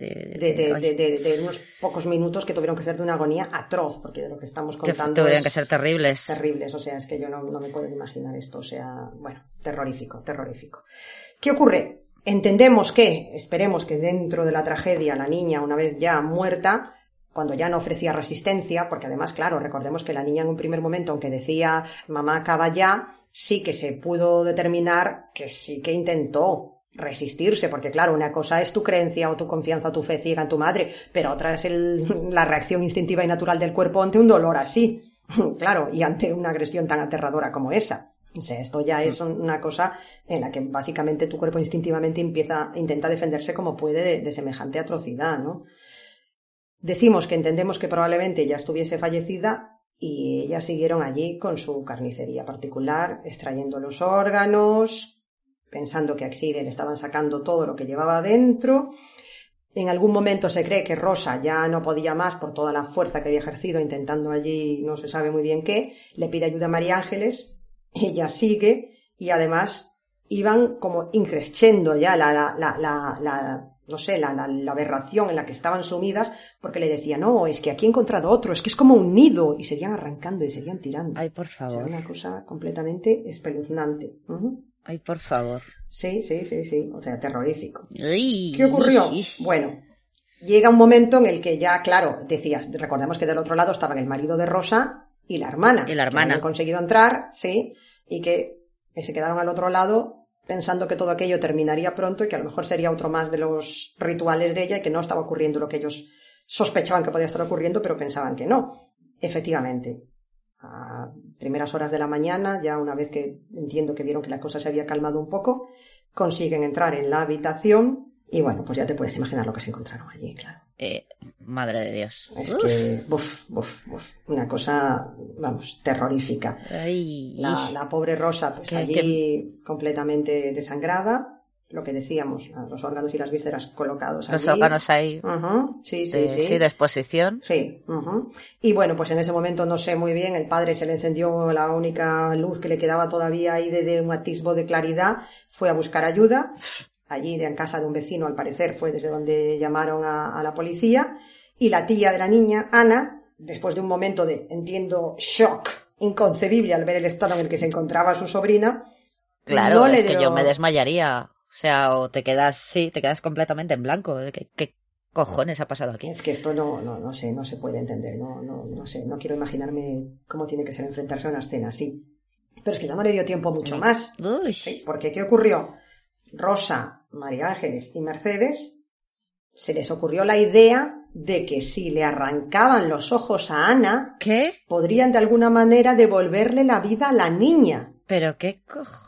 de unos pocos minutos que tuvieron que ser de una agonía atroz, porque de lo que estamos contando que tuvieron que ser terribles. Terribles, o sea, es que yo no me puedo imaginar esto, o sea, bueno, terrorífico. ¿Qué ocurre? Entendemos esperemos que dentro de la tragedia la niña, una vez ya muerta, cuando ya no ofrecía resistencia, porque además, claro, recordemos que la niña en un primer momento, aunque decía mamá acaba ya, sí que se pudo determinar que sí que intentó resistirse, porque claro, una cosa es tu creencia o tu confianza o tu fe ciega en tu madre, pero otra es la reacción instintiva y natural del cuerpo ante un dolor así, claro, y ante una agresión tan aterradora como esa. O sea, esto ya es una cosa en la que básicamente tu cuerpo instintivamente intenta defenderse como puede de semejante atrocidad, ¿no? Decimos que entendemos que probablemente ya estuviese fallecida y ellas siguieron allí con su carnicería particular, extrayendo los órganos, pensando que a Xire le estaban sacando todo lo que llevaba adentro. En algún momento se cree que Rosa ya no podía más por toda la fuerza que había ejercido intentando allí, no se sabe muy bien qué, le pide ayuda a María Ángeles, ella sigue y además iban como increciendo ya la aberración en la que estaban sumidas, porque le decía, no, es que aquí he encontrado otro, es que es como un nido, y seguían arrancando y seguían tirando. Ay, por favor. O sea, una cosa completamente espeluznante. Ay, por favor. Sí, o sea, terrorífico. ¿Qué ocurrió? Bueno, llega un momento en el que ya, claro, decías, recordemos que del otro lado estaban el marido de Rosa y la hermana. Y la que hermana. habían conseguido entrar, sí, y que se quedaron al otro lado pensando que todo aquello terminaría pronto y que a lo mejor sería otro más de los rituales de ella y que no estaba ocurriendo lo que ellos sospechaban que podía estar ocurriendo, pero pensaban que no. Efectivamente, a primeras horas de la mañana, ya una vez que entiendo que vieron que la cosa se había calmado un poco, consiguen entrar en la habitación y bueno, pues ya te puedes imaginar lo que se encontraron allí, claro. Madre de Dios. Es que, una cosa, vamos, terrorífica. Ay. La pobre Rosa, pues allí completamente desangrada, lo que decíamos, los órganos y las vísceras colocados allí. Los órganos ahí. Sí. Sí, de exposición. Sí. Y bueno, pues en ese momento no sé muy bien, el padre se le encendió la única luz que le quedaba todavía ahí de un atisbo de claridad, fue a buscar ayuda. Allí en casa de un vecino, al parecer, fue desde donde llamaron a la policía. Y la tía de la niña, Ana, después de un momento de, entiendo, shock inconcebible al ver el estado en el que se encontraba su sobrina. Claro, no es que yo me desmayaría. O sea, o te quedas completamente en blanco. ¿Qué cojones ha pasado aquí? Es que esto no sé, no se puede entender. No sé, no quiero imaginarme cómo tiene que ser enfrentarse a una escena así. Pero es que ya no le dio tiempo mucho más. Uy. Sí, porque ¿qué ocurrió? Rosa, María Ángeles y Mercedes se les ocurrió la idea de que si le arrancaban los ojos a Ana, ¿qué? Podrían de alguna manera devolverle la vida a la niña. ¿Pero qué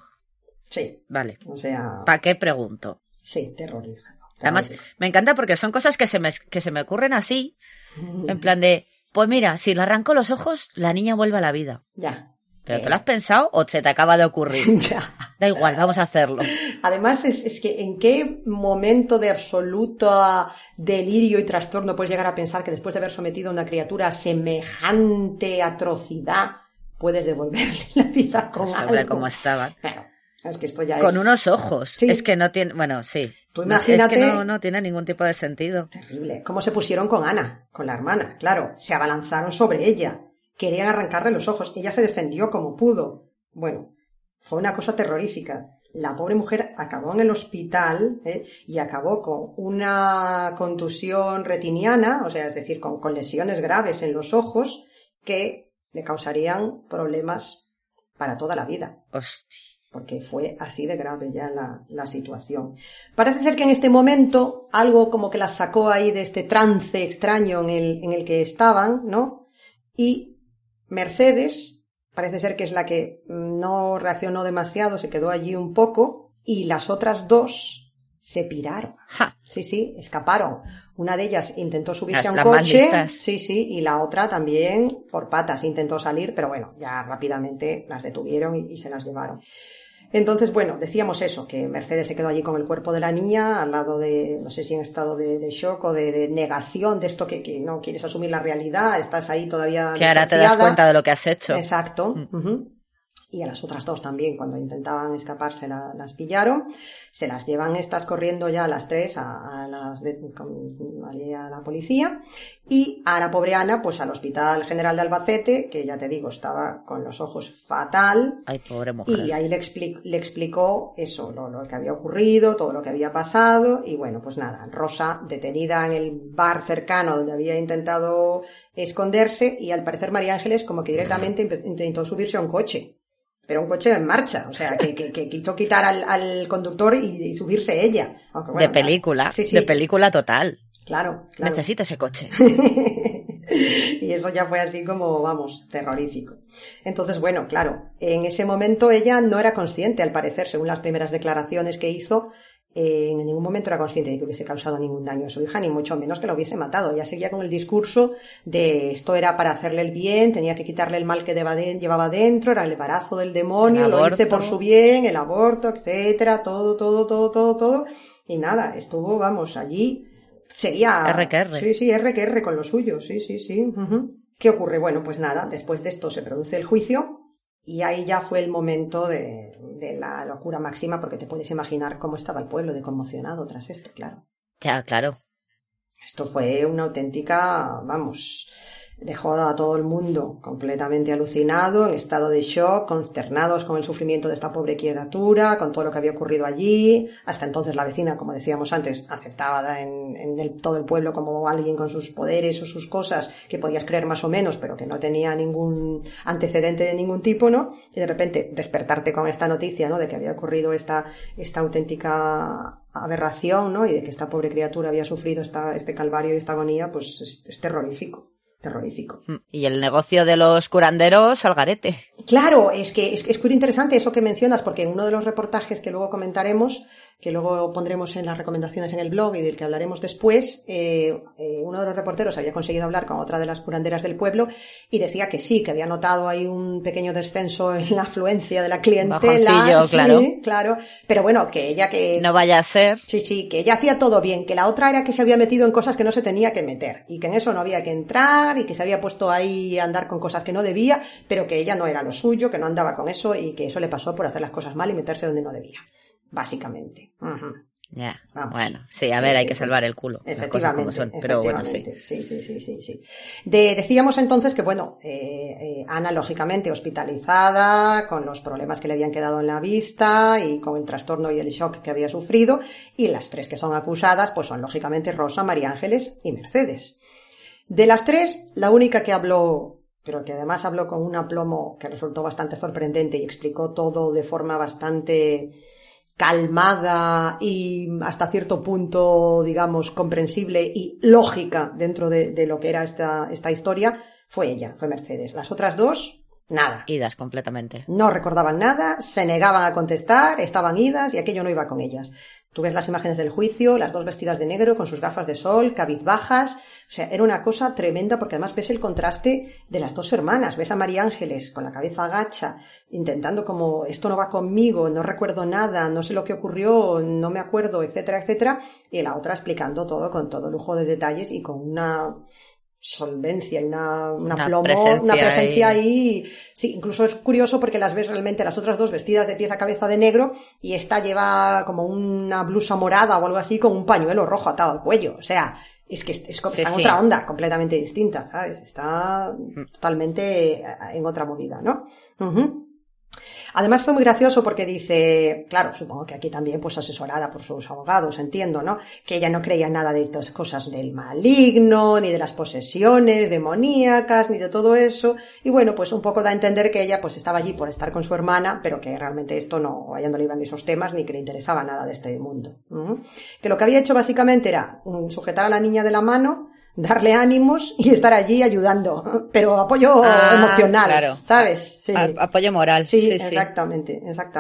Sí. Vale. O sea... ¿Para qué pregunto? Sí, terrorífico. Además, me encanta porque son cosas que se me ocurren así, en plan de, pues mira, si le arranco los ojos, la niña vuelve a la vida. Ya. ¿Pero te lo has pensado o se te acaba de ocurrir? Ya. Da igual, vamos a hacerlo. Además, es que en qué momento de absoluto delirio y trastorno puedes llegar a pensar que después de haber sometido a una criatura a semejante atrocidad puedes devolverle la vida con algo. Sobre cómo estaban. Claro, es que esto ya con es... unos ojos. Sí. Es que no tiene... Bueno, sí. Tú imagínate... Es que no tiene ningún tipo de sentido. Terrible. ¿Cómo se pusieron con Ana, con la hermana? Claro, se abalanzaron sobre ella. Querían arrancarle los ojos. Ella se defendió como pudo. Bueno, fue una cosa terrorífica. La pobre mujer acabó en el hospital y acabó con una contusión retiniana, o sea, es decir, con lesiones graves en los ojos que le causarían problemas para toda la vida. Hostia. Porque fue así de grave ya la situación. Parece ser que en este momento algo como que las sacó ahí de este trance extraño en el que estaban, ¿no? Y Mercedes parece ser que es la que no reaccionó demasiado, se quedó allí un poco, y las otras dos se piraron. ¡Ja! Sí, escaparon. Una de ellas intentó subirse a un las más coche, listas. sí, y la otra también por patas intentó salir, pero bueno, ya rápidamente las detuvieron y se las llevaron. Entonces, bueno, decíamos eso, que Mercedes se quedó allí con el cuerpo de la niña, al lado de, no sé si en estado de shock o de negación, de esto que no quieres asumir la realidad, estás ahí todavía que ahora te das cuenta de lo que has hecho. Exacto. Y a las otras dos también, cuando intentaban escapar, las pillaron. Se las llevan estas corriendo ya a las tres a la policía. Y a la pobre Ana, pues al Hospital General de Albacete, que ya te digo, estaba con los ojos fatal. Ay, pobre mujer. Y ahí le explicó eso, lo que había ocurrido, todo lo que había pasado. Y bueno, pues nada, Rosa detenida en el bar cercano donde había intentado esconderse, y al parecer María Ángeles como que directamente intentó subirse a un coche. Pero un coche en marcha, o sea, que quiso quitar al conductor y subirse ella. Aunque, bueno, de película, sí. De película total. Claro. Necesito ese coche. Y eso ya fue así como, vamos, terrorífico. Entonces, bueno, claro, en ese momento ella no era consciente, al parecer, según las primeras declaraciones que hizo, en ningún momento era consciente de que hubiese causado ningún daño a su hija, ni mucho menos que la hubiese matado. Ella seguía con el discurso de esto era para hacerle el bien, tenía que quitarle el mal que llevaba dentro, era el embarazo del demonio, lo hice por su bien, el aborto, etcétera, todo. Y nada, estuvo, vamos, allí, seguía... RQR. Sí, RQR con lo suyo, sí. ¿Qué ocurre? Bueno, pues nada, después de esto se produce el juicio, y ahí ya fue el momento de la locura máxima, porque te puedes imaginar cómo estaba el pueblo de conmocionado tras esto, claro. Ya, claro. Esto fue una auténtica, vamos, dejó a todo el mundo completamente alucinado, en estado de shock, consternados con el sufrimiento de esta pobre criatura, con todo lo que había ocurrido allí. Hasta entonces la vecina, como decíamos antes, aceptaba en todo el pueblo como alguien con sus poderes o sus cosas que podías creer más o menos, pero que no tenía ningún antecedente de ningún tipo, ¿no? Y de repente despertarte con esta noticia, ¿no? De que había ocurrido esta auténtica aberración, ¿no? Y de que esta pobre criatura había sufrido este calvario y esta agonía, pues es terrorífico. Y el negocio de los curanderos al garete. Claro, es muy interesante eso que mencionas, porque en uno de los reportajes que luego comentaremos, que luego pondremos en las recomendaciones en el blog y del que hablaremos después, uno de los reporteros había conseguido hablar con otra de las curanderas del pueblo y decía que sí, que había notado ahí un pequeño descenso en la afluencia de la clientela. Bajoncillo, claro. Pero bueno, que ella que... No vaya a ser. Sí, que ella hacía todo bien, que la otra era que se había metido en cosas que no se tenía que meter y que en eso no había que entrar y que se había puesto ahí a andar con cosas que no debía, pero que ella no era lo suyo, que no andaba con eso y que eso le pasó por hacer las cosas mal y meterse donde no debía. Básicamente. Ya, bueno, sí, a ver, hay que salvar el culo, las cosas como son, pero bueno, sí. Sí. Decíamos entonces que, bueno, Ana, lógicamente, hospitalizada, con los problemas que le habían quedado en la vista y con el trastorno y el shock que había sufrido, y las tres que son acusadas, pues son, lógicamente, Rosa, María Ángeles y Mercedes. De las tres, la única que habló, pero que además habló con un aplomo que resultó bastante sorprendente y explicó todo de forma bastante calmada y hasta cierto punto, digamos, comprensible y lógica dentro de lo que era esta historia, fue Mercedes. Las otras dos, nada. Idas completamente. No recordaban nada, se negaban a contestar, estaban idas y aquello no iba con ellas. Tú ves las imágenes del juicio, las dos vestidas de negro con sus gafas de sol, cabizbajas. O sea, era una cosa tremenda porque además ves el contraste de las dos hermanas. Ves a María Ángeles con la cabeza agacha, intentando como, esto no va conmigo, no recuerdo nada, no sé lo que ocurrió, no me acuerdo, etcétera, etcétera. Y la otra explicando todo con todo lujo de detalles y con una solvencia y una presencia ahí. Sí, incluso es curioso porque las ves realmente las otras dos vestidas de pies a cabeza de negro y esta lleva como una blusa morada o algo así con un pañuelo rojo atado al cuello. O sea, está en otra onda, completamente distinta, ¿sabes? Está totalmente en otra movida, ¿no? Además fue muy gracioso porque dice, claro, supongo que aquí también pues asesorada por sus abogados, entiendo, ¿no? Que ella no creía nada de estas cosas del maligno, ni de las posesiones demoníacas, ni de todo eso. Y bueno, pues un poco da a entender que ella pues estaba allí por estar con su hermana, pero que realmente esto no, a ella no le iban esos temas ni que le interesaba nada de este mundo. Que lo que había hecho básicamente era sujetar a la niña de la mano, darle ánimos y estar allí ayudando, pero apoyo emocional, claro. ¿Sabes? Sí. Apoyo moral. Sí, exactamente.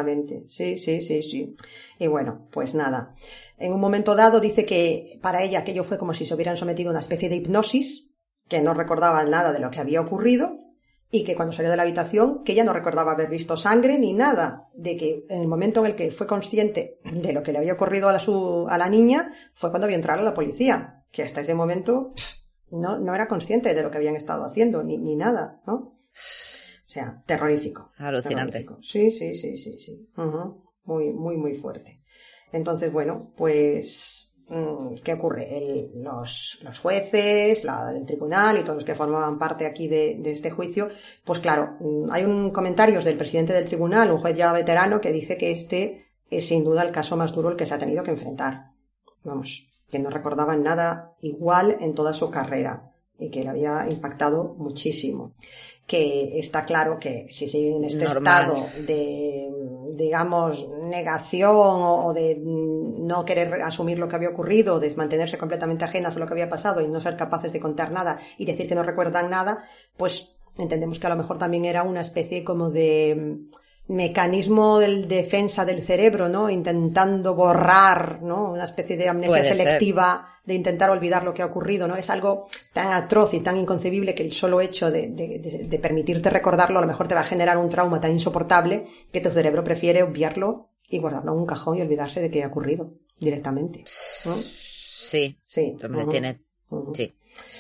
Sí. Y bueno, pues nada. En un momento dado dice que para ella aquello fue como si se hubieran sometido a una especie de hipnosis, que no recordaba nada de lo que había ocurrido y que cuando salió de la habitación, que ella no recordaba haber visto sangre ni nada, de que en el momento en el que fue consciente de lo que le había ocurrido a la niña, fue cuando vio entrar a la policía. Que hasta ese momento no era consciente de lo que habían estado haciendo, ni nada, ¿no? O sea, terrorífico. Alucinante. Terrorífico. Sí. Muy fuerte. Entonces, bueno, pues, ¿qué ocurre? Los jueces, el tribunal y todos los que formaban parte aquí de este juicio, pues claro, hay comentarios del presidente del tribunal, un juez ya veterano, que dice que este es sin duda el caso más duro al que se ha tenido que enfrentar. Vamos, que no recordaba nada igual en toda su carrera y que le había impactado muchísimo. Que está claro que si sigue en este estado de, digamos, negación o de no querer asumir lo que había ocurrido, de mantenerse completamente ajenas a lo que había pasado y no ser capaces de contar nada y decir que no recuerdan nada, pues entendemos que a lo mejor también era una especie como de mecanismo de defensa del cerebro, ¿no? Intentando borrar, ¿no? Una especie de amnesia selectiva de intentar olvidar lo que ha ocurrido, ¿no? Es algo tan atroz y tan inconcebible que el solo hecho de permitirte recordarlo a lo mejor te va a generar un trauma tan insoportable que tu cerebro prefiere obviarlo y guardarlo en un cajón y olvidarse de que ha ocurrido directamente, ¿no? Sí. Tiene. Sí.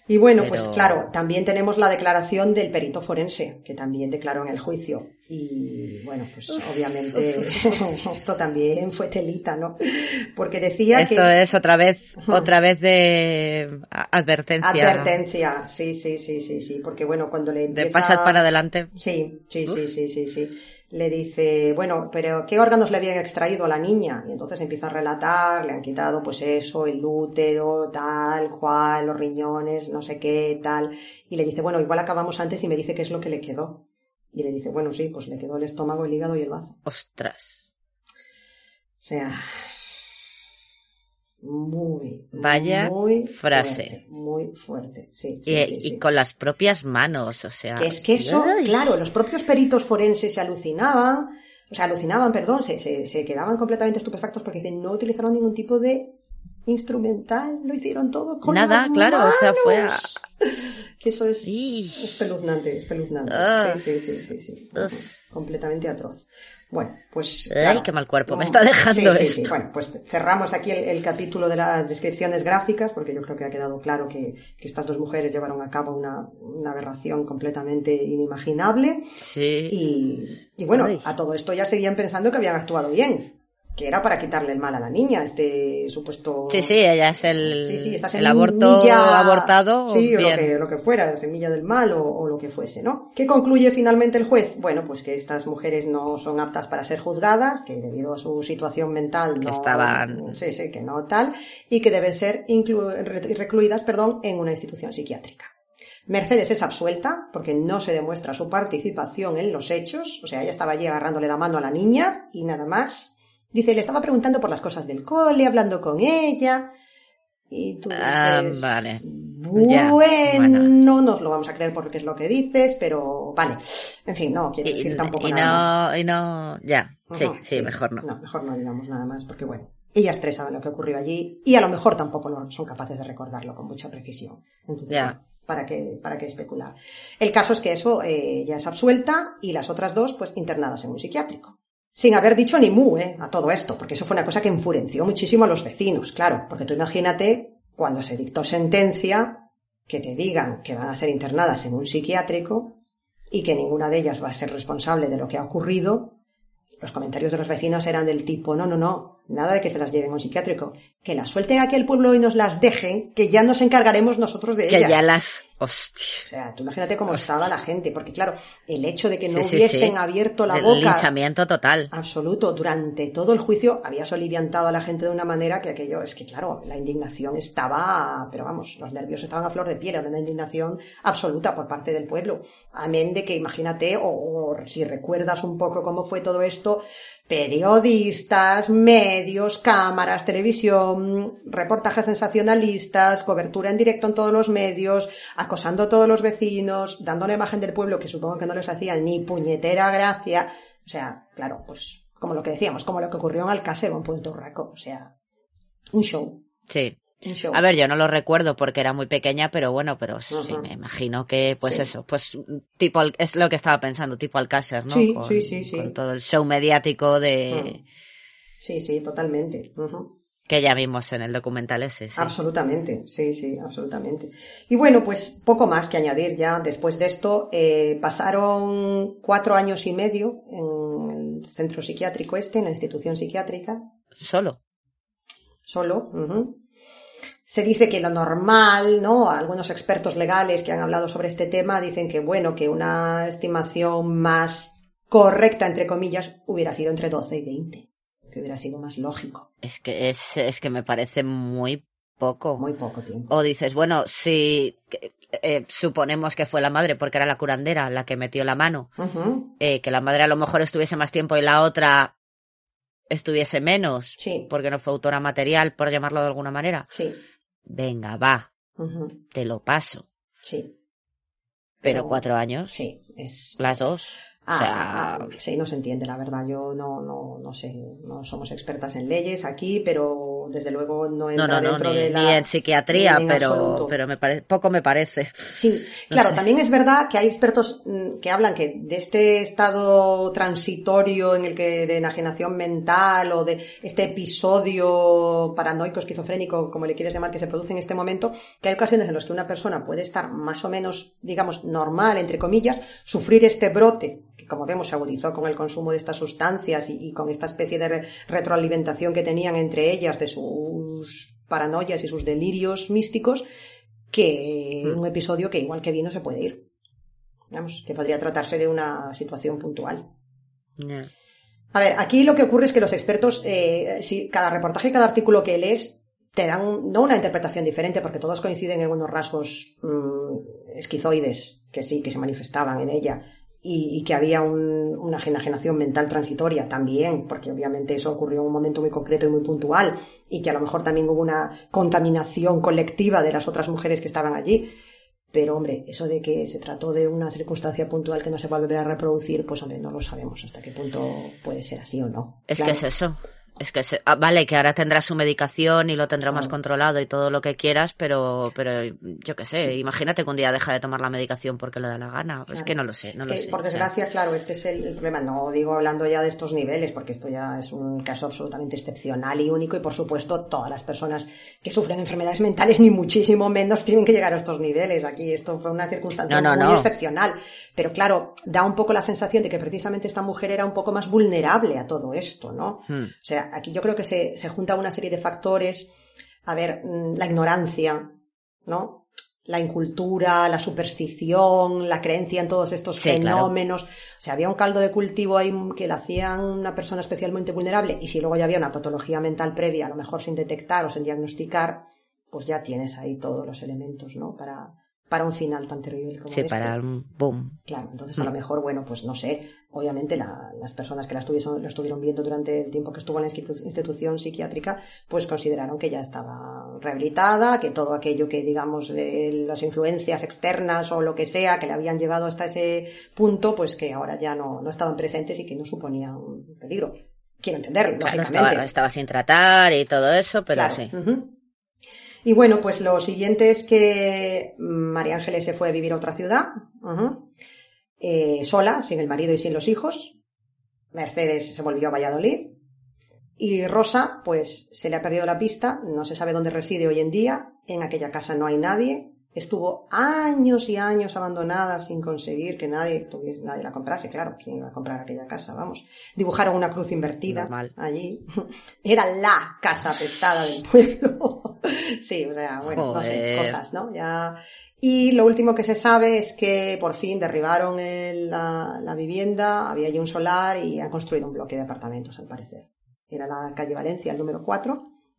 Y bueno, Pero- pues claro, también tenemos la declaración del perito forense, que también declaró en el juicio. Y bueno, pues obviamente esto también fue telita, ¿no? Porque decía Esto que... es otra vez de advertencia. Advertencia, sí, porque bueno, cuando le De empieza... pasar para adelante. Sí. Le dice, bueno, pero ¿qué órganos le habían extraído a la niña? Y entonces empieza a relatar, le han quitado pues eso, el útero, tal, cual, los riñones, no sé qué, tal. Y le dice, bueno, igual acabamos antes y me dice qué es lo que le quedó. Y le dice, bueno, sí, pues le quedó el estómago, el hígado y el bazo. Ostras. O sea, Vaya muy frase. fuerte, muy fuerte, sí. Y con las propias manos, o sea... Que es que eso, ¡ay! claro, los propios peritos forenses se alucinaban, se quedaban completamente estupefactos porque dicen, no utilizaron ningún tipo de instrumental, lo hicieron todo con Nada, las claro, manos. o sea, fue a... Que eso es ¡Ih! espeluznante. Ugh. Sí. Completamente atroz. Bueno, pues... Ay, claro, qué mal cuerpo me está dejando sí. esto. Bueno, pues cerramos aquí el capítulo de las descripciones gráficas, porque yo creo que ha quedado claro que estas dos mujeres llevaron a cabo una aberración completamente inimaginable. Sí. Y bueno, Ay. a todo esto ya seguían pensando que habían actuado bien, que era para quitarle el mal a la niña, este supuesto... Sí, ella es esta el aborto semilla- abortado. Sí, o bien. lo que fuera, semilla del mal o lo que fuese, ¿no? ¿Qué concluye finalmente el juez? Bueno, pues que estas mujeres no son aptas para ser juzgadas, que debido a su situación mental no... Estaban- Sí, que no tal, y que deben ser recluidas, en una institución psiquiátrica. Mercedes es absuelta porque no se demuestra su participación en los hechos, o sea, ella estaba allí agarrándole la mano a la niña y nada más. Dice, le estaba preguntando por las cosas del cole, hablando con ella, y tú dices, vale. bueno, Bueno. nos lo vamos a creer porque es lo que dices, pero vale. En fin, no quiero decir tampoco nada más. Sí, mejor no. No, mejor no digamos nada más porque bueno, ellas tres saben lo que ocurrió allí y a lo mejor tampoco son capaces de recordarlo con mucha precisión. Entonces, Ya. bueno, ¿para qué especular? El caso es que eso ya es absuelta y las otras dos pues internadas en un psiquiátrico. Sin haber dicho ni mu, a todo esto, porque eso fue una cosa que enfureció muchísimo a los vecinos, claro, porque tú imagínate cuando se dictó sentencia que te digan que van a ser internadas en un psiquiátrico y que ninguna de ellas va a ser responsable de lo que ha ocurrido. Los comentarios de los vecinos eran del tipo, no, nada de que se las lleven a un psiquiátrico, que las suelten aquí al pueblo y nos las dejen, que ya nos encargaremos nosotros de ellas. Que ya las... Hostia. O sea, tú imagínate cómo estaba la gente, porque claro, el hecho de que no Sí, hubiesen abierto la El boca... linchamiento total. Absoluto, durante todo el juicio había soliviantado a la gente de una manera que aquello, es que claro, la indignación estaba, pero vamos, los nervios estaban a flor de piel, era una indignación absoluta por parte del pueblo. Amén de que imagínate, o si recuerdas un poco cómo fue todo esto, periodistas, medios, cámaras, televisión, reportajes sensacionalistas, cobertura en directo en todos los medios, acosando a todos los vecinos, dando la imagen del pueblo que supongo que no les hacía ni puñetera gracia. O sea, claro, pues como lo que decíamos, como lo que ocurrió en Alcácer o en Puerto Rico. O sea, un show. Sí. Un show. A ver, yo no lo recuerdo porque era muy pequeña, pero bueno, sí, Ujú. me imagino que, pues Sí. eso, pues tipo, es lo que estaba pensando, tipo Alcácer, ¿no? Sí, con, sí. Con todo el show mediático de... Sí, totalmente. Ujú. Que ya vimos en el documental ese, sí. Absolutamente, sí, absolutamente. Y bueno, pues poco más que añadir ya después de esto. Pasaron 4 años y medio en el centro psiquiátrico en la institución psiquiátrica, Solo. solo. Ujú. Se dice que lo normal, ¿no? Algunos expertos legales que han hablado sobre este tema dicen que, bueno, que una estimación más correcta, entre comillas, hubiera sido entre 12 y 20. Que hubiera sido más lógico. Es que me parece muy poco. Muy poco tiempo. O dices, bueno, si suponemos que fue la madre porque era la curandera la que metió la mano, Ujú. que la madre a lo mejor estuviese más tiempo y la otra estuviese menos, Sí. porque no fue autora material, por llamarlo de alguna manera. Sí. Venga, va, Ujú. te lo paso. Sí. Pero 4 años, Sí, es... las dos. O sea, sí, no se entiende, la verdad. Yo no sé, no somos expertas en leyes aquí, pero pero desde luego no entra dentro de la... Ni en psiquiatría, en pero poco me parece. Sí, claro, también es verdad que hay expertos que hablan que de este estado transitorio en el que de enajenación mental o de este episodio paranoico, esquizofrénico, como le quieres llamar, que se produce en este momento, que hay ocasiones en las que una persona puede estar más o menos, digamos, normal, entre comillas, sufrir este brote, que como vemos se agudizó con el consumo de estas sustancias y con esta especie de retroalimentación que tenían entre ellas de sus paranoias y sus delirios místicos, que un episodio que igual que vino se puede ir. Digamos, que podría tratarse de una situación puntual. Yeah. A ver, aquí lo que ocurre es que los expertos, si cada reportaje y cada artículo que lees te dan no una interpretación diferente, porque todos coinciden en unos rasgos esquizoides que sí, que se manifestaban en ella, y que había una enajenación mental transitoria también, porque obviamente eso ocurrió en un momento muy concreto y muy puntual, y que a lo mejor también hubo una contaminación colectiva de las otras mujeres que estaban allí. Pero, hombre, eso de que se trató de una circunstancia puntual que no se va a volver a reproducir, pues, hombre, no lo sabemos hasta qué punto puede ser así o no. Es claro. que es eso. Es que vale, que ahora tendrá su medicación y lo tendrá más controlado y todo lo que quieras, pero yo qué sé, imagínate que un día deja de tomar la medicación porque le da la gana. Claro. Es que no lo sé, no lo sé. Por desgracia, claro, este es el problema. No digo hablando ya de estos niveles, porque esto ya es un caso absolutamente excepcional y único, y por supuesto todas las personas que sufren enfermedades mentales ni muchísimo menos tienen que llegar a estos niveles. Aquí esto fue una circunstancia muy excepcional. Pero claro, da un poco la sensación de que precisamente esta mujer era un poco más vulnerable a todo esto, ¿no? O sea, aquí yo creo que se junta una serie de factores. A ver, la ignorancia, ¿no? La incultura, la superstición, la creencia en todos estos fenómenos. Claro. O sea, había un caldo de cultivo ahí que la hacían una persona especialmente vulnerable, y si luego ya había una patología mental previa, a lo mejor sin detectar o sin diagnosticar, pues ya tienes ahí todos los elementos, ¿no? Para un final tan terrible como este. Sí, para un boom. Claro, entonces a lo mejor, bueno, pues no sé, obviamente las personas que lo estuvieron viendo durante el tiempo que estuvo en la institución psiquiátrica, pues consideraron que ya estaba rehabilitada, que todo aquello que, digamos, las influencias externas o lo que sea que le habían llevado hasta ese punto, pues que ahora ya no estaban presentes y que no suponían un peligro. Quiero entenderlo, claro, lógicamente. Estaba sin tratar y todo eso, pero claro. sí. Y bueno, pues lo siguiente es que María Ángeles se fue a vivir a otra ciudad, sola, sin el marido y sin los hijos. Mercedes se volvió a Valladolid. Y Rosa, pues se le ha perdido la pista, no se sabe dónde reside hoy en día, en aquella casa no hay nadie. Estuvo años y años abandonada sin conseguir que nadie la comprase. Claro, ¿quién iba a comprar aquella casa? Vamos. Dibujaron una cruz invertida. Normal. Allí. Era la casa apestada del pueblo. Sí, o sea, bueno, no sé, cosas, ¿no? Ya. Y lo último que se sabe es que por fin derribaron la vivienda, había allí un solar y han construido un bloque de apartamentos, al parecer. Era la calle Valencia, el número 4.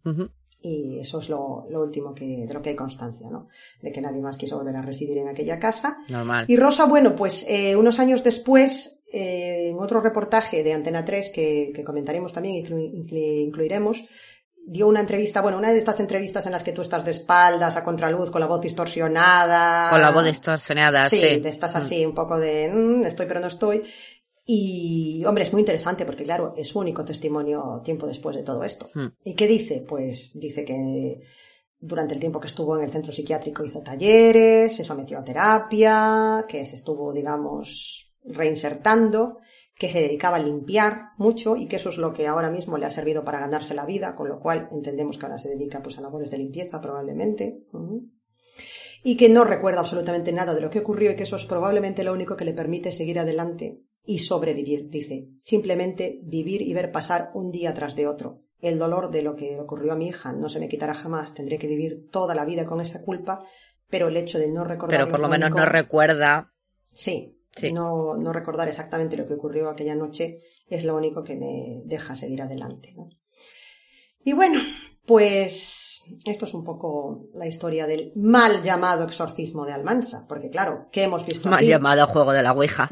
Y eso es lo último de lo que hay constancia, ¿no? De que nadie más quiso volver a residir en aquella casa. Normal. Y Rosa, bueno, pues unos años después, en otro reportaje de Antena 3 que comentaremos también y incluiremos, dio una entrevista, bueno, una de estas entrevistas en las que tú estás de espaldas, a contraluz, con la voz distorsionada. Con la voz distorsionada, sí. Sí, estás así, un poco de estoy pero no estoy. Y, hombre, es muy interesante porque, claro, es su único testimonio tiempo después de todo esto. ¿Y qué dice? Pues dice que durante el tiempo que estuvo en el centro psiquiátrico hizo talleres, se sometió a terapia, que se estuvo, digamos, reinsertando, que se dedicaba a limpiar mucho y que eso es lo que ahora mismo le ha servido para ganarse la vida, con lo cual entendemos que ahora se dedica pues a labores de limpieza probablemente. Y que no recuerda absolutamente nada de lo que ocurrió y que eso es probablemente lo único que le permite seguir adelante y sobrevivir, dice. Simplemente vivir y ver pasar un día tras de otro. El dolor de lo que ocurrió a mi hija no se me quitará jamás, tendré que vivir toda la vida con esa culpa, pero el hecho de no recordar... Pero por lo menos no recuerda... Sí. No recordar exactamente lo que ocurrió aquella noche es lo único que me deja seguir adelante, ¿no? Y bueno, pues esto es un poco la historia del mal llamado exorcismo de Almansa, porque claro, ¿qué hemos visto mal aquí? Llamado juego de la Ouija.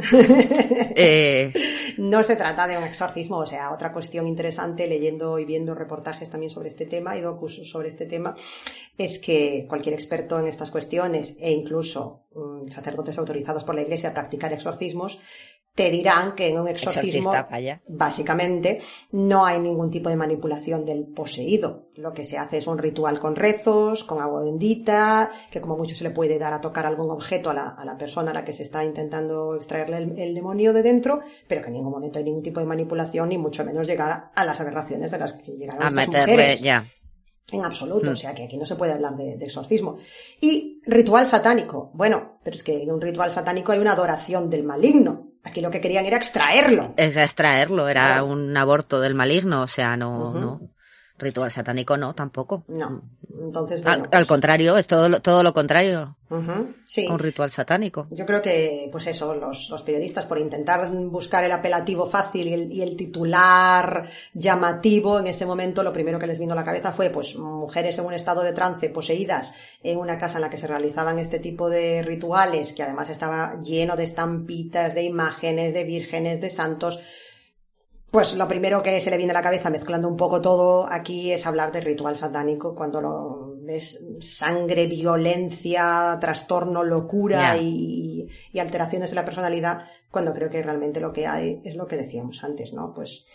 No se trata de un exorcismo, o sea, otra cuestión interesante leyendo y viendo reportajes también sobre este tema y docus sobre este tema es que cualquier experto en estas cuestiones e incluso sacerdotes autorizados por la Iglesia a practicar exorcismos te dirán que en un exorcismo, Exorcista, vaya. básicamente, no hay ningún tipo de manipulación del poseído. Lo que se hace es un ritual con rezos, con agua bendita, que como mucho se le puede dar a tocar algún objeto a la persona a la que se está intentando extraerle el demonio de dentro, pero que en ningún momento hay ningún tipo de manipulación, ni mucho menos llegar a las aberraciones de las que llegaron A estas meterle, mujeres. ya. En absoluto, o sea que aquí no se puede hablar de exorcismo. Y ritual satánico. Bueno, pero es que en un ritual satánico hay una adoración del maligno. Aquí lo que querían era extraerlo. Es extraerlo, era Claro. un aborto del maligno, o sea, no, Ujú. no. Ritual satánico no, tampoco. No. Entonces, bueno. Al contrario, es todo lo contrario Sí. a un ritual satánico. Yo creo que, pues eso, los periodistas, por intentar buscar el apelativo fácil y el titular llamativo, en ese momento lo primero que les vino a la cabeza fue, pues, mujeres en un estado de trance poseídas en una casa en la que se realizaban este tipo de rituales, que además estaba lleno de estampitas, de imágenes, de vírgenes, de santos. Pues lo primero que se le viene a la cabeza, mezclando un poco todo aquí, es hablar de ritual satánico, cuando lo ves sangre, violencia, trastorno, locura Ya. y alteraciones de la personalidad, cuando creo que realmente lo que hay es lo que decíamos antes, ¿no? Pues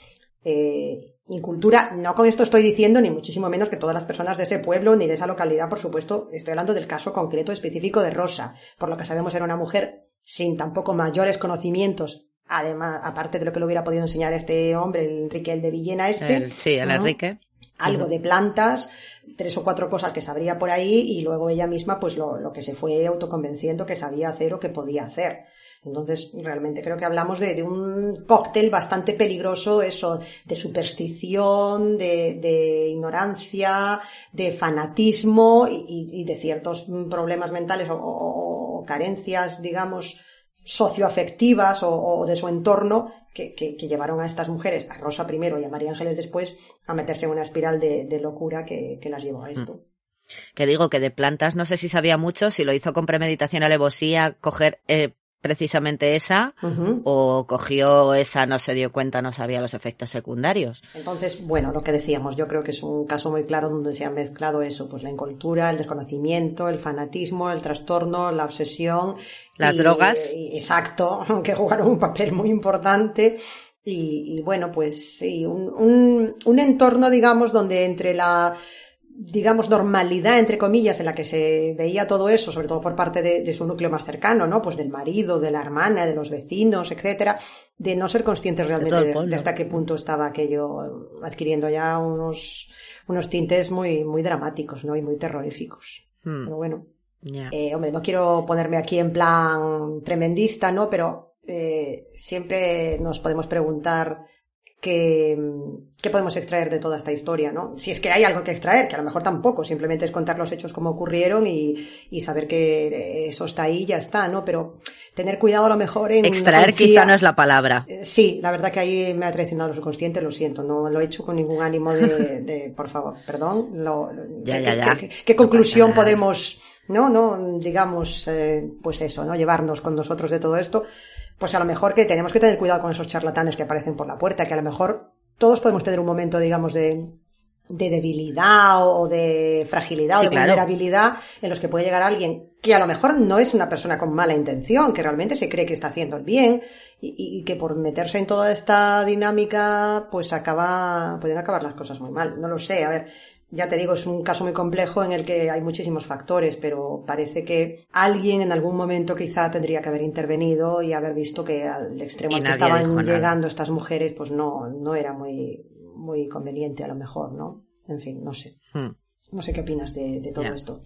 incultura, no con esto estoy diciendo ni muchísimo menos que todas las personas de ese pueblo ni de esa localidad, por supuesto, estoy hablando del caso concreto específico de Rosa. Por lo que sabemos era una mujer sin tampoco mayores conocimientos. Además, aparte de lo que le hubiera podido enseñar este hombre, el Enrique el de Villena El ¿no? Enrique. Algo de plantas, 3 o 4 cosas que sabría por ahí y luego ella misma pues lo que se fue autoconvenciendo que sabía hacer o que podía hacer. Entonces, realmente creo que hablamos de un cóctel bastante peligroso, eso, de superstición, de ignorancia, de fanatismo y de ciertos problemas mentales o carencias, digamos, socioafectivas o de su entorno que llevaron a estas mujeres, a Rosa primero y a María Ángeles después, a meterse en una espiral de locura que las llevó a esto. Que digo que de plantas no sé si sabía mucho, si lo hizo con premeditación, alevosía, coger precisamente esa, o cogió esa, no se dio cuenta, no sabía los efectos secundarios. Entonces, bueno, lo que decíamos, yo creo que es un caso muy claro donde se ha mezclado eso, pues la incultura, el desconocimiento, el fanatismo, el trastorno, la obsesión. Las drogas. Exacto, que jugaron un papel muy importante. Y bueno, pues sí, un entorno, digamos, donde entre la, digamos, normalidad, entre comillas, en la que se veía todo eso, sobre todo por parte de su núcleo más cercano, ¿no? Pues del marido, de la hermana, de los vecinos, etcétera, de no ser conscientes realmente de hasta qué punto estaba aquello adquiriendo ya unos tintes muy, muy dramáticos, ¿no? Y muy terroríficos. Pero bueno. Yeah. Hombre, no quiero ponerme aquí en plan tremendista, ¿no? Pero siempre nos podemos preguntar ¿qué podemos extraer de toda esta historia, ¿no? Si es que hay algo que extraer, que a lo mejor tampoco, simplemente es contar los hechos como ocurrieron y saber que eso está ahí y ya está, ¿no? Pero tener cuidado a lo mejor en... Extraer quizá no es la palabra. Sí, la verdad que ahí me ha traicionado lo subconsciente, lo siento, no lo he hecho con ningún ánimo de por favor, perdón. ¿Qué conclusión podemos, no, digamos, pues eso, ¿no? Llevarnos con nosotros de todo esto? Pues a lo mejor que tenemos que tener cuidado con esos charlatanes que aparecen por la puerta, que a lo mejor todos podemos tener un momento, digamos, de debilidad o de fragilidad o de vulnerabilidad en los que puede llegar alguien que a lo mejor no es una persona con mala intención, que realmente se cree que está haciendo el bien y que por meterse en toda esta dinámica pues pueden acabar las cosas muy mal. No lo sé, a ver, ya te digo, es un caso muy complejo en el que hay muchísimos factores, pero parece que alguien en algún momento quizá tendría que haber intervenido y haber visto que al extremo al que estaban llegando estas mujeres pues no era muy conveniente a lo mejor, ¿no? En fin, no sé. No sé qué opinas de todo esto.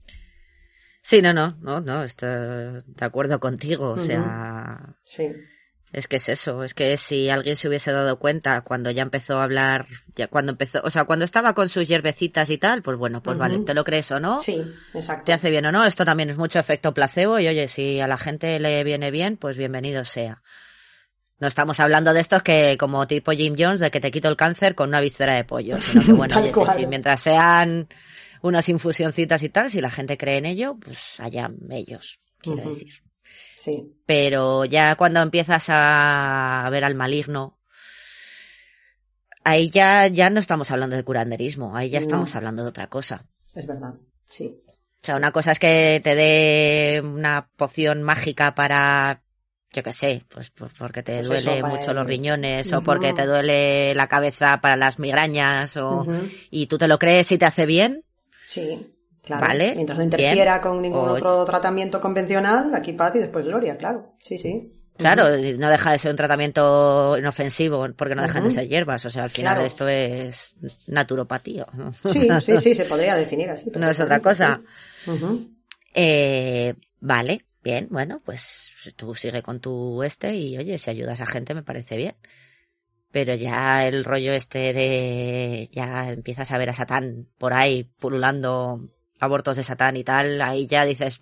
Sí, no, estoy de acuerdo contigo, o sea... Sí. Es que es eso, es que si alguien se hubiese dado cuenta cuando ya empezó a hablar, cuando estaba con sus hierbecitas y tal, pues bueno, pues vale, ¿te lo crees o no? Sí, exacto. ¿Te hace bien o no? Esto también es mucho efecto placebo y oye, si a la gente le viene bien, pues bienvenido sea. No estamos hablando de estos que, como tipo Jim Jones, de que te quito el cáncer con una víscera de pollo, sino que bueno, oye, que si mientras sean unas infusioncitas y tal, si la gente cree en ello, pues allá ellos, quiero decir. Sí. Pero ya cuando empiezas a ver al maligno, ahí ya no estamos hablando de curanderismo, ahí ya estamos hablando de otra cosa. Es verdad, sí. O sea, una cosa es que te dé una poción mágica para yo qué sé, pues porque te Pues duele eso, mucho los riñones o Ujú. porque te duele la cabeza para las migrañas y tú te lo crees y te hace bien. Sí, claro. Vale, Mientras no interfiera bien. con ningún O- otro tratamiento convencional, aquí paz y después gloria, claro. Sí, sí. Claro, y no deja de ser un tratamiento inofensivo porque no dejan de Ujú. ser hierbas. O sea, al final Claro. esto es naturopatía. Sí, sí, sí, se podría definir así. No es otra cosa. Sí. Ujú. Vale, bien, bueno, pues tú sigue con tu y oye, si ayudas a gente me parece bien. Pero ya el rollo ya empiezas a ver a Satán por ahí pululando abortos de Satán y tal, ahí ya dices...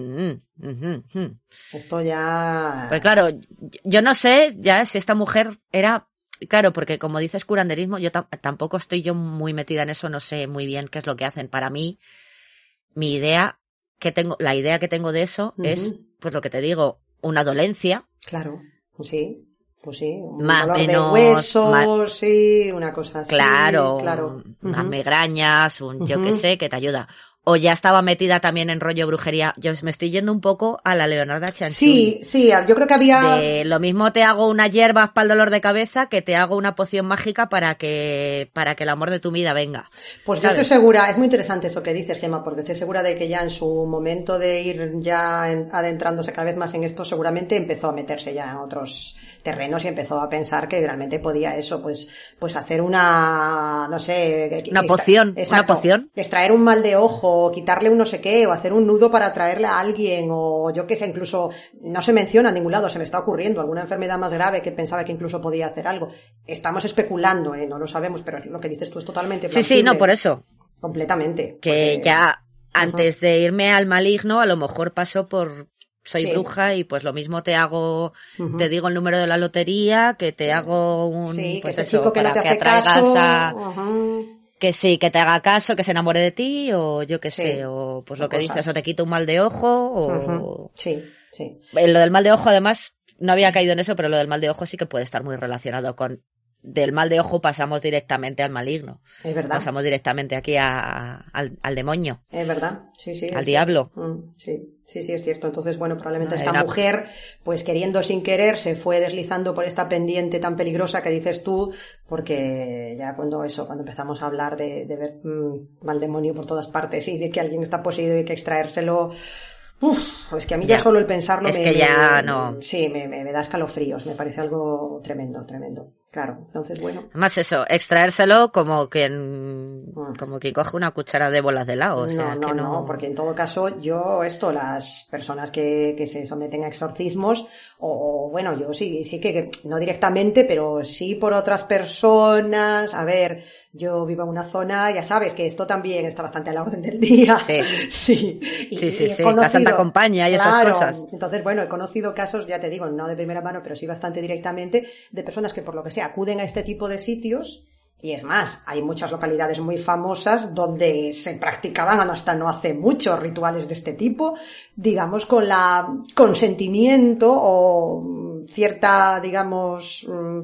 Esto ya... Pues claro, yo no sé ya si esta mujer era... Claro, porque como dices curanderismo, yo tampoco estoy yo muy metida en eso, no sé muy bien qué es lo que hacen. Para mí, la idea que tengo de eso es, pues lo que te digo, una dolencia. Claro, pues sí. Un Más dolor menos, de huesos, sí, una cosa así. Claro. Unas migrañas, yo qué sé, que te ayuda. O ya estaba metida también en rollo brujería. Yo me estoy yendo un poco a la Leonarda Cianciulli. Sí, yo creo que había... Lo mismo te hago unas hierbas para el dolor de cabeza que te hago una poción mágica para que el amor de tu vida venga. Pues ¿sabes? yo estoy segura, es muy interesante eso que dices, Gemma, porque estoy segura de que ya en su momento de ir ya adentrándose cada vez más en esto, seguramente empezó a meterse ya en otros terrenos y empezó a pensar que realmente podía eso, pues hacer una, no sé... Una poción, exacto, una poción. Extraer un mal de ojo, quitarle un no sé qué, o hacer un nudo para atraerle a alguien, o yo qué sé, incluso no se menciona en ningún lado, se me está ocurriendo alguna enfermedad más grave que pensaba que incluso podía hacer algo. Estamos especulando, no lo sabemos, pero lo que dices tú es totalmente Sí, plausible. no, por eso. Completamente. Que porque... ya antes de irme al maligno, a lo mejor pasó por... Soy Sí. bruja y pues lo mismo te hago, te digo el número de la lotería, que te hago un, Sí, pues que eso, chico que para no te que hace atraigas caso. a... Que sí, que te haga caso, que se enamore de ti, o yo qué Sí, sé, o pues o lo que cosas. dices, o te quita un mal de ojo, o... Sí. Lo del mal de ojo, además, no había caído en eso, pero lo del mal de ojo sí que puede estar muy relacionado con... Del mal de ojo pasamos directamente al maligno. Es verdad. Pasamos directamente aquí al demonio. Es verdad, sí. Al diablo. Sí, es cierto. Entonces, bueno, probablemente No, esta mujer, pues queriendo sin querer, se fue deslizando por esta pendiente tan peligrosa que dices tú, porque ya cuando empezamos a hablar de ver mal demonio por todas partes y de que alguien está poseído y hay que extraérselo... es que a mí ya solo el pensarlo me da escalofríos, me parece algo tremendo. Claro, entonces bueno. Además eso, extraérselo como quien coge una cuchara de bolas de helado, o sea, no, porque en todo caso las personas que se someten a exorcismos, o bueno, yo sí que no directamente, pero sí por otras personas, a ver, yo vivo en una zona, ya sabes que esto también está bastante a la orden del día. Sí. Sí, la Santa Compañía y esas cosas. Entonces, bueno, he conocido casos, ya te digo, no de primera mano, pero sí bastante directamente, de personas que por lo que sea acuden a este tipo de sitios. Y es más, hay muchas localidades muy famosas donde se practicaban hasta no hace mucho rituales de este tipo, digamos con la consentimiento o cierta, digamos,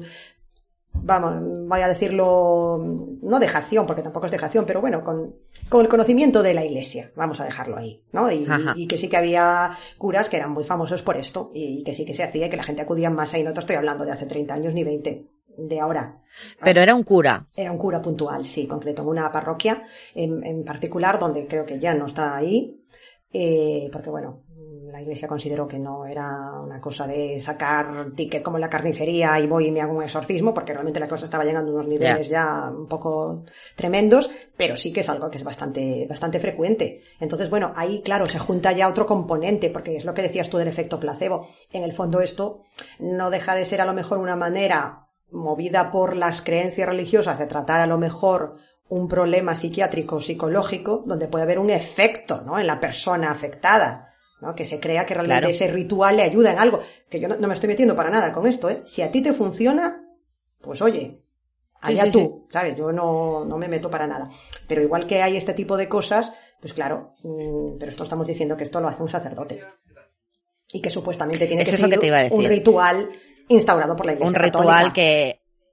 voy a decirlo, no dejación, porque tampoco es dejación, pero bueno, con el conocimiento de la Iglesia, vamos a dejarlo ahí, ¿no? Y que sí que había curas que eran muy famosos por esto, y que sí que se hacía y que la gente acudía más ahí. No te estoy hablando de hace 30 años ni 20, de ahora. Pero era un cura. Era un cura puntual, sí, concreto, en una parroquia en particular, donde creo que ya no está ahí, porque bueno, la Iglesia consideró que no era una cosa de sacar ticket como en la carnicería y voy y me hago un exorcismo, porque realmente la cosa estaba llegando a unos niveles ya un poco tremendos, pero sí que es algo que es bastante frecuente. Entonces, bueno, ahí, claro, se junta ya otro componente, porque es lo que decías tú del efecto placebo. En el fondo esto no deja de ser a lo mejor una manera movida por las creencias religiosas de tratar a lo mejor un problema psiquiátrico, psicológico, donde puede haber un efecto, ¿no?, en la persona afectada, ¿no?, que se crea que realmente ese ritual le ayuda en algo, que yo no me estoy metiendo para nada con esto, Si a ti te funciona, pues oye, allá tú, ¿sabes? Yo no me meto para nada. Pero igual que hay este tipo de cosas, pues claro, pero esto estamos diciendo que esto lo hace un sacerdote. Y que supuestamente tiene que ser un ritual instaurado por la Iglesia Un ritual católica. que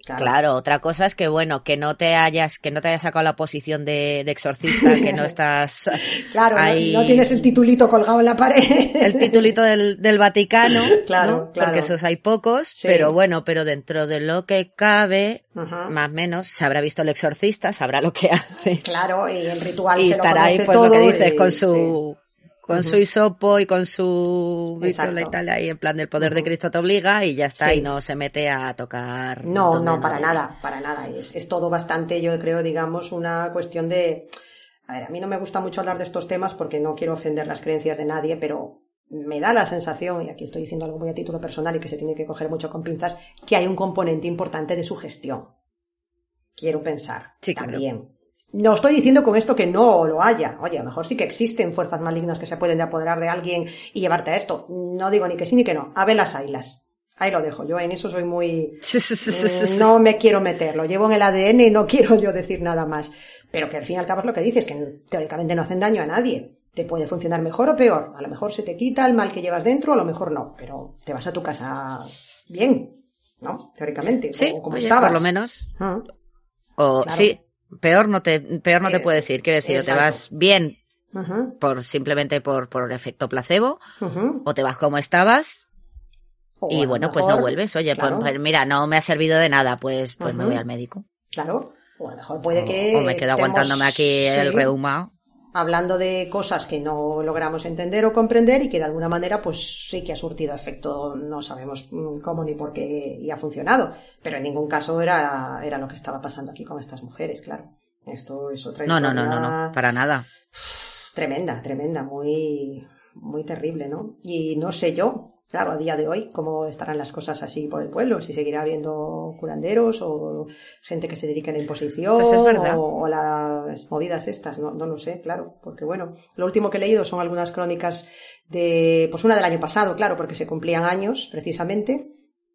Claro, otra cosa es que bueno, que no te hayas sacado la posición de exorcista, que no estás claro, ahí, no tienes el titulito colgado en la pared. El titulito del Vaticano, claro, ¿no? claro. Porque esos hay pocos, Sí. pero bueno, pero dentro de lo que cabe, más o menos, se habrá visto el exorcista, sabrá lo que hace. Claro, y el ritual y se lo estará ahí, conoce pues todo, lo que dices, y, con su... sí. Con su hisopo y con su Exacto. vítola y tal, ahí en plan del poder de Cristo te obliga y ya está, Sí. y no se mete a tocar. No, donde para debe. nada, para nada. Es todo bastante, yo creo, digamos, una cuestión de... A ver, a mí no me gusta mucho hablar de estos temas porque no quiero ofender las creencias de nadie, pero me da la sensación, y aquí estoy diciendo algo muy a título personal y que se tiene que coger mucho con pinzas, que hay un componente importante de sugestión. Quiero pensar. Sí, claro. También. No estoy diciendo con esto que no lo haya. Oye, a lo mejor sí que existen fuerzas malignas que se pueden apoderar de alguien y llevarte a esto. No digo ni que sí ni que no. A ver las ailas. Ahí lo dejo. Yo en eso soy muy... No me quiero meter. Lo llevo en el ADN y no quiero yo decir nada más. Pero que al fin y al cabo es lo que dices, que teóricamente no hacen daño a nadie. Te puede funcionar mejor o peor. A lo mejor se te quita el mal que llevas dentro, a lo mejor no. Pero te vas a tu casa bien, ¿no? Teóricamente. Sí, o como oye, estabas. por lo menos. Claro. O sí, peor no te puedes ir. Quiero decir, o te exacto. vas bien simplemente por efecto placebo, o te vas como estabas. O Y a lo bueno, pues mejor, no vuelves. Oye, claro. pues mira, no me ha servido de nada, pues me voy al médico. Claro. O a lo mejor puede que O me quedo aguantándome aquí el reuma. Hablando de cosas que no logramos entender o comprender y que de alguna manera pues sí que ha surtido efecto, no sabemos cómo ni por qué y ha funcionado, pero en ningún caso era lo que estaba pasando aquí con estas mujeres, claro. Esto es otra historia. No, para nada. Tremenda, muy, muy terrible, ¿no? Y no sé yo, claro, a día de hoy, cómo estarán las cosas así por el pueblo, si seguirá habiendo curanderos o gente que se dedique a la imposición Pues es verdad. o las movidas estas, no lo sé, claro, porque bueno, lo último que he leído son algunas crónicas de, pues una del año pasado, claro, porque se cumplían años, precisamente,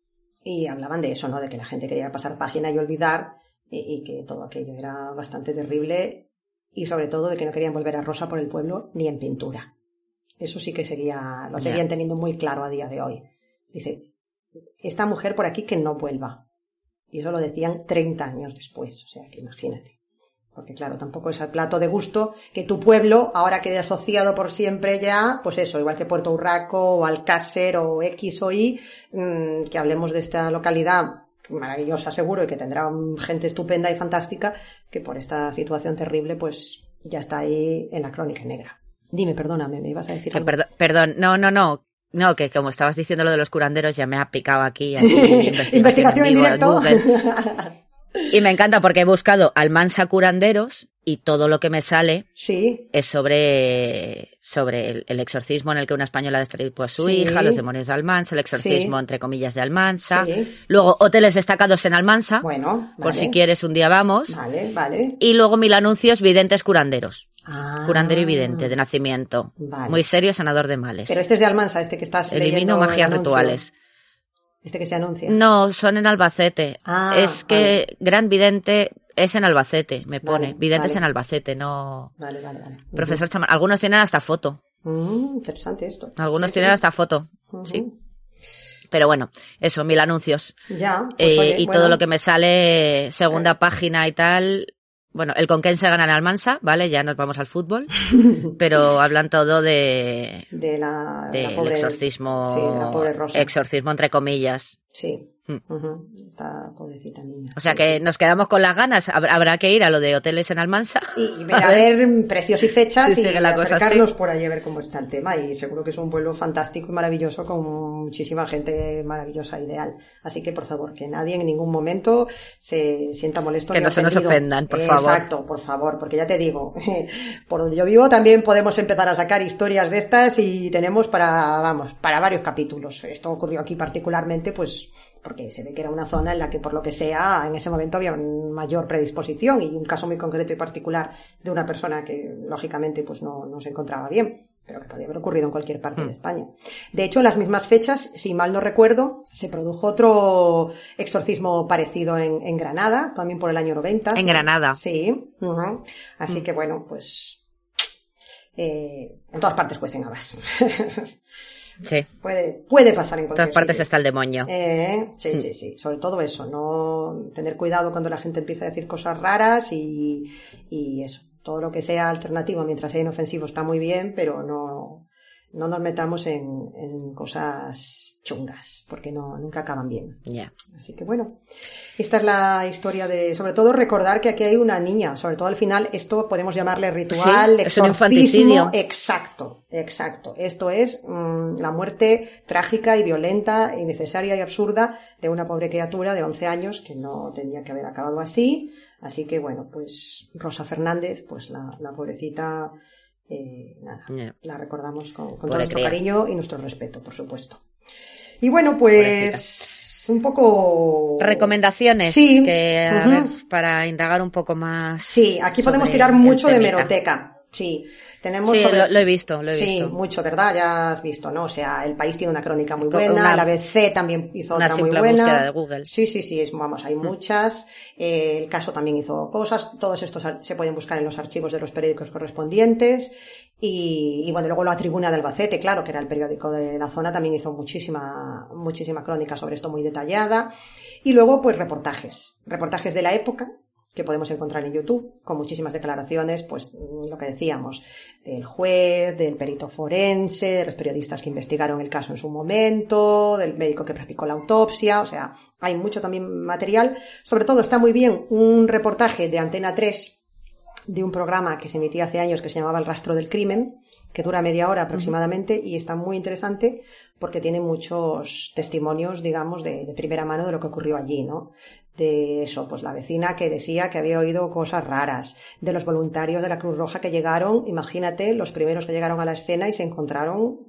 y hablaban de eso, ¿no? De que la gente quería pasar página y olvidar, y que todo aquello era bastante terrible, y sobre todo de que no querían volver a Rosa por el pueblo ni en pintura. Eso sí que lo seguían teniendo muy claro a día de hoy. Dice, esta mujer por aquí que no vuelva. Y eso lo decían 30 años después. O sea, que imagínate. Porque claro, tampoco es al plato de gusto que tu pueblo ahora quede asociado por siempre ya, pues eso, igual que Puerto Urraco o Alcácer o X o Y, que hablemos de esta localidad maravillosa seguro y que tendrá gente estupenda y fantástica, que por esta situación terrible pues ya está ahí en la crónica negra. Dime, perdóname, me ibas a decir algo. Perdón, no, que como estabas diciendo lo de los curanderos ya me ha picado aquí investigación en directo. Google. Y me encanta porque he buscado Almansa curanderos y todo lo que me sale sí. es sobre el exorcismo en el que una española destripó a su Sí. hija, los demonios de Almansa, el exorcismo Sí. entre comillas de Almansa, Sí. luego hoteles destacados en Almansa, Bueno, por vale. si quieres un día vamos, Vale. y luego 1000 anuncios videntes curanderos. Ah, Curandero y vidente de nacimiento. Vale. Muy serio, sanador de males. Pero este es de Almansa, este que estás leyendo. Elimino el magias anuncio. rituales. Este que se anuncia. No, son en Albacete. Ah, es que Gran Vidente es en Albacete, me pone. Vale, Videntes vale. en Albacete, no... Vale. Profesor chamán. Algunos tienen hasta foto. Interesante esto. Algunos Sí, tienen sí. hasta foto. Ujú. Sí. Pero bueno, eso, 1000 anuncios. Ya, pues, oye, y bueno. todo lo que me sale, segunda página y tal... Bueno, el Conquense gana en Almansa, ¿vale? Ya nos vamos al fútbol. Pero hablan todo del del pobre, exorcismo. Sí, de la pobre Rosa. Exorcismo entre comillas. Sí. Esta pobrecita niña. O sea que nos quedamos con las ganas. Habrá que ir a lo de hoteles en Almansa. Y ver a ver precios y fechas Sí, y sigue la cosa acercarnos así. por ahí a ver cómo está el tema. Y seguro que es un pueblo fantástico y maravilloso con muchísima gente maravillosa, ideal. Así que, por favor, que nadie en ningún momento se sienta molesto Que ni no se nos ofendido. ofendan, por favor. Exacto, por favor, porque ya te digo, por donde yo vivo también podemos empezar a sacar historias de estas y tenemos para varios capítulos. Esto ocurrió aquí particularmente, pues, porque se ve que era una zona en la que por lo que sea en ese momento había mayor predisposición y un caso muy concreto y particular de una persona que lógicamente pues no se encontraba bien, pero que podía haber ocurrido en cualquier parte de España. De hecho, en las mismas fechas, si mal no recuerdo, se produjo otro exorcismo parecido en Granada, también por el año 90. En Granada. Sí. Así que bueno, pues en todas partes cuecen habas. Sí. Puede pasar en cualquier En todas partes sitio. está el demonio. Sí. Sobre todo eso, no tener cuidado cuando la gente empieza a decir cosas raras y eso. Todo lo que sea alternativo, mientras sea inofensivo, está muy bien, pero no nos metamos en cosas chungas, porque nunca acaban bien. Yeah. Así que bueno, esta es la historia sobre todo recordar que aquí hay una niña, sobre todo al final, esto podemos llamarle ritual, Sí, es un exorcismo. infanticio. Exacto. Esto es la muerte trágica y violenta, innecesaria y absurda de una pobre criatura de 11 años que no tenía que haber acabado así. Así que bueno, pues Rosa Fernández, pues la pobrecita, la recordamos con todo nuestro cariño y nuestro respeto, por supuesto. Y bueno, pues un poco... Recomendaciones sí. A ver, para indagar un poco más. Sí, aquí podemos tirar mucho de hemeroteca. Sí. Tenemos sí, lo he visto. Sí, mucho, ¿verdad? Ya has visto, ¿no? O sea, El País tiene una crónica muy buena, la ABC también hizo otra muy buena. Una simple búsqueda de Google. Sí, hay muchas. El Caso también hizo cosas. Todos estos se pueden buscar en los archivos de los periódicos correspondientes. Y bueno, luego la Tribuna de Albacete, claro, que era el periódico de la zona, también hizo muchísima crónica sobre esto muy detallada. Y luego, pues reportajes de la época, que podemos encontrar en YouTube, con muchísimas declaraciones, pues lo que decíamos, del juez, del perito forense, de los periodistas que investigaron el caso en su momento, del médico que practicó la autopsia, o sea, hay mucho también material. Sobre todo está muy bien un reportaje de Antena 3 de un programa que se emitía hace años que se llamaba El Rastro del Crimen, que dura media hora aproximadamente, y está muy interesante porque tiene muchos testimonios, digamos, de primera mano de lo que ocurrió allí, ¿no? De eso, pues la vecina que decía que había oído cosas raras, de los voluntarios de la Cruz Roja que llegaron, imagínate, los primeros que llegaron a la escena y se encontraron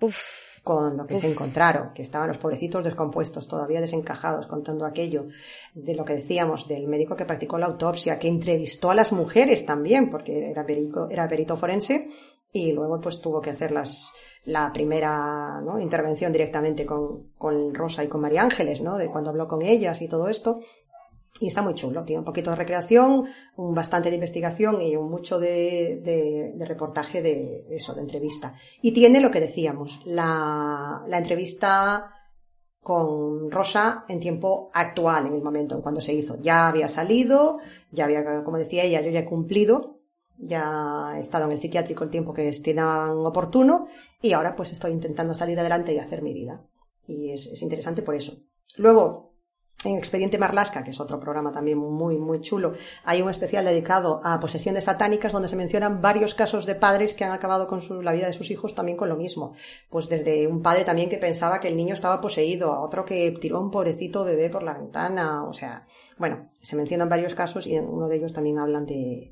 con lo que se encontraron, que estaban los pobrecitos descompuestos, todavía desencajados, contando aquello, de lo que decíamos, del médico que practicó la autopsia, que entrevistó a las mujeres también, porque era perito forense, y luego pues tuvo que hacer la primera, ¿no?, intervención directamente con Rosa y con María Ángeles, ¿no?, de cuando habló con ellas y todo esto. Y está muy chulo, tiene un poquito de recreación, bastante de investigación y mucho de reportaje de eso, de entrevista. Y tiene lo que decíamos, la entrevista con Rosa en tiempo actual, en el momento en cuando se hizo. Ya había salido, ya había, como decía ella, yo ya he cumplido, ya he estado en el psiquiátrico el tiempo que estimaban oportuno y ahora pues estoy intentando salir adelante y hacer mi vida. Y es interesante por eso. Luego, en Expediente Marlaska, que es otro programa también muy, muy chulo, hay un especial dedicado a posesiones satánicas donde se mencionan varios casos de padres que han acabado con la vida de sus hijos también con lo mismo. Pues desde un padre también que pensaba que el niño estaba poseído, a otro que tiró a un pobrecito bebé por la ventana, o sea, bueno, se mencionan varios casos y en uno de ellos también hablan de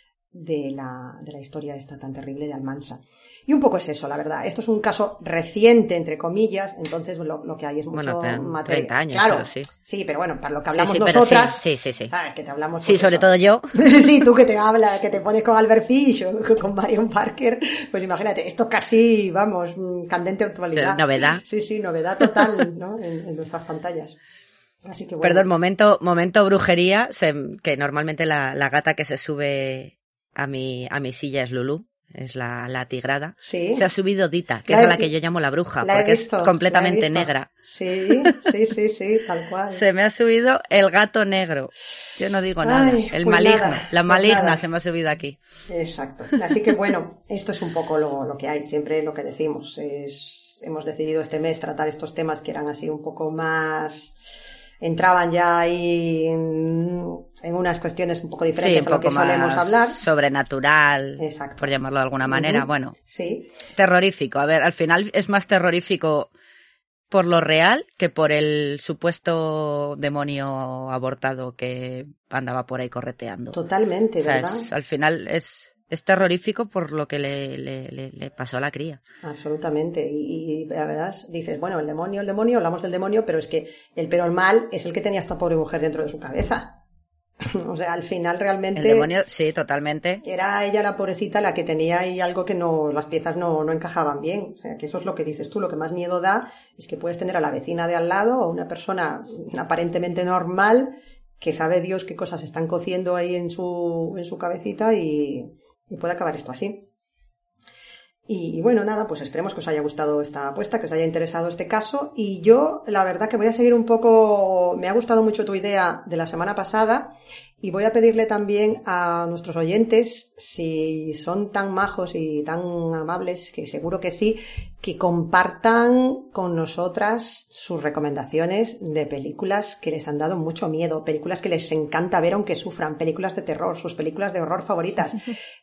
la historia esta tan terrible de Almansa. Y un poco es eso, la verdad. Esto es un caso reciente, entre comillas, entonces lo que hay es mucho material. 30 años, claro, pero sí. Sí, pero bueno, para lo que hablamos sí, nosotras, sí. ¿sabes? Que te hablamos. Sí, pues, sobre eso. todo yo. Sí, tú que te pones con Albert Fish o con Marion Parker, pues imagínate, esto casi, vamos, candente actualidad. Novedad. Sí, novedad total, ¿no? en nuestras pantallas. Así que bueno. Perdón, momento brujería, que normalmente la gata que se sube a mi silla es Lulu, es la tigrada. Sí. Se ha subido Dita, que es a la que yo llamo la bruja, porque es completamente negra. Sí, tal cual. Se me ha subido el gato negro. Yo no digo nada. El pues maligno, nada, la maligna nada. se me ha subido aquí. Exacto. Así que bueno, esto es un poco lo que hay, siempre lo que decimos. Hemos decidido este mes tratar estos temas que eran así un poco más... entraban ya ahí en unas cuestiones un poco diferentes a lo que solemos hablar. Sobrenatural, exacto, por llamarlo de alguna manera. Bueno, sí. Terrorífico. A ver, al final es más terrorífico por lo real que por el supuesto demonio abortado que andaba por ahí correteando. Totalmente, o sea, ¿verdad? Al final es terrorífico por lo que le pasó a la cría. Absolutamente. Y la verdad, dices, bueno, el demonio, hablamos del demonio, pero es que el peor mal es el que tenía esta pobre mujer dentro de su cabeza. O sea, al final realmente... El demonio, sí, totalmente. Era ella la pobrecita la que tenía ahí algo que las piezas no encajaban bien. O sea, que eso es lo que dices tú. Lo que más miedo da es que puedes tener a la vecina de al lado o una persona aparentemente normal que sabe Dios qué cosas están cociendo ahí en su cabecita y puede acabar esto así. Y bueno, nada, pues esperemos que os haya gustado esta apuesta, que os haya interesado este caso. Y yo, la verdad que voy a seguir un poco, me ha gustado mucho tu idea de la semana pasada y voy a pedirle también a nuestros oyentes, si son tan majos y tan amables, que seguro que sí, que compartan con nosotras sus recomendaciones de películas que les han dado mucho miedo, películas que les encanta ver aunque sufran, películas de terror, sus películas de horror favoritas.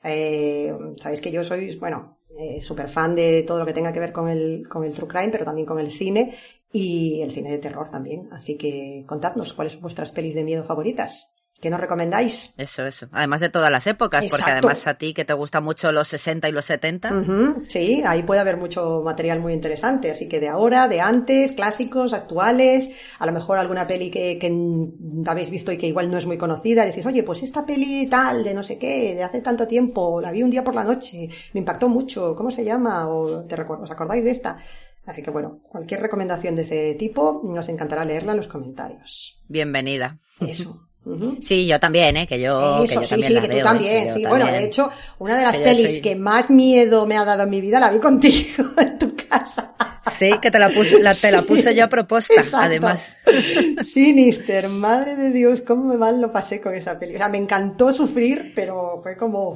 Sabéis que yo soy, bueno, súper fan de todo lo que tenga que ver con el true crime, pero también con el cine y el cine de terror también. Así que contadnos cuáles son vuestras pelis de miedo favoritas. ¿Qué nos recomendáis? Eso. Además de todas las épocas, Exacto. Porque además a ti que te gustan mucho los 60 y los 70. Uh-huh, sí, ahí puede haber mucho material muy interesante. Así que de ahora, de antes, clásicos, actuales, a lo mejor alguna peli que habéis visto y que igual no es muy conocida. Decís, oye, pues esta peli tal, de no sé qué, de hace tanto tiempo, la vi un día por la noche, me impactó mucho, ¿cómo se llama? O ¿os acordáis de esta? Así que bueno, cualquier recomendación de ese tipo, nos encantará leerla en los comentarios. Bienvenida. Eso. Uh-huh. Sí, yo también, que yo Eso, también sí, la que veo, tú también, que sí. yo Bueno, también. de hecho, una de las Que yo pelis soy- que más miedo me ha dado en mi vida la vi contigo en tu casa. Sí, que te la puse yo a proposta, Exacto. además. Sinister, madre de Dios, cómo me mal lo pasé con esa peli. O sea, me encantó sufrir, pero fue como...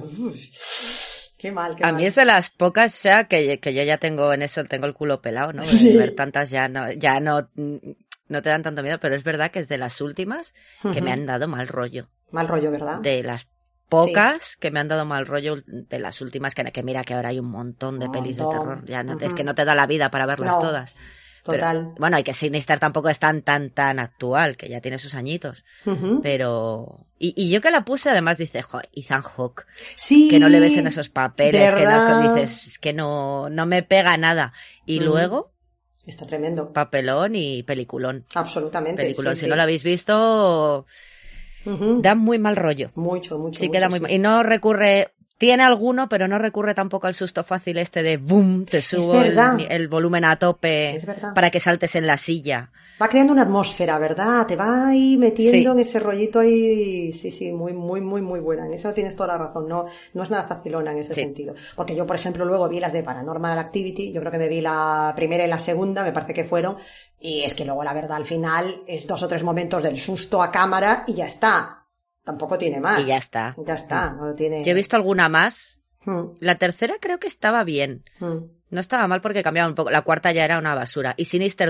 qué mal, qué A mal. mí es de las pocas, o sea, que yo ya tengo en eso, tengo el culo pelado, ¿no? Sí. De ver tantas ya no te dan tanto miedo, pero es verdad que es de las últimas que me han dado mal rollo. Mal rollo, ¿verdad? De las pocas que me han dado mal rollo, de las últimas que mira que ahora hay un montón de Un pelis de montón. terror, ya no, Ujú. es que no te da la vida para verlas No, todas. total. Pero, bueno, y que Sinister tampoco es tan actual, que ya tiene sus añitos. Ujú. Pero... Y yo que la puse, además dice, Ethan Hawke, Sí, que no le ves en esos papeles, ¿verdad? que dices, es que no me pega nada. Y luego, Está tremendo. papelón y peliculón. Absolutamente. Peliculón, sí, si sí. no lo habéis visto, Ujú. da muy mal rollo. Mucho. Sí, queda muy mal. Y no recurre, tiene alguno, pero no recurre tampoco al susto fácil este de boom, te subo verdad. el volumen a tope Es verdad. para que saltes en la silla. Va creando una atmósfera, ¿verdad? Te va ahí metiendo Sí. en ese rollito ahí, sí, muy buena. En eso tienes toda la razón, no es nada facilona en ese Sí. sentido. Porque yo, por ejemplo, luego vi las de Paranormal Activity, yo creo que me vi la primera y la segunda, me parece que fueron, y es que luego la verdad al final es 2 o 3 momentos del susto a cámara y ya está. Tampoco tiene más. Y ya está. Ya está, no tiene... Yo he visto alguna más. Mm, La tercera creo que estaba bien. mm. No estaba mal porque cambiaba un poco. La cuarta ya era una basura. Y Sinister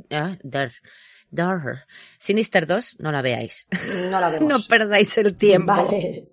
Sinister 2, no la veáis. No la vemos. No perdáis el tiempo. Vale.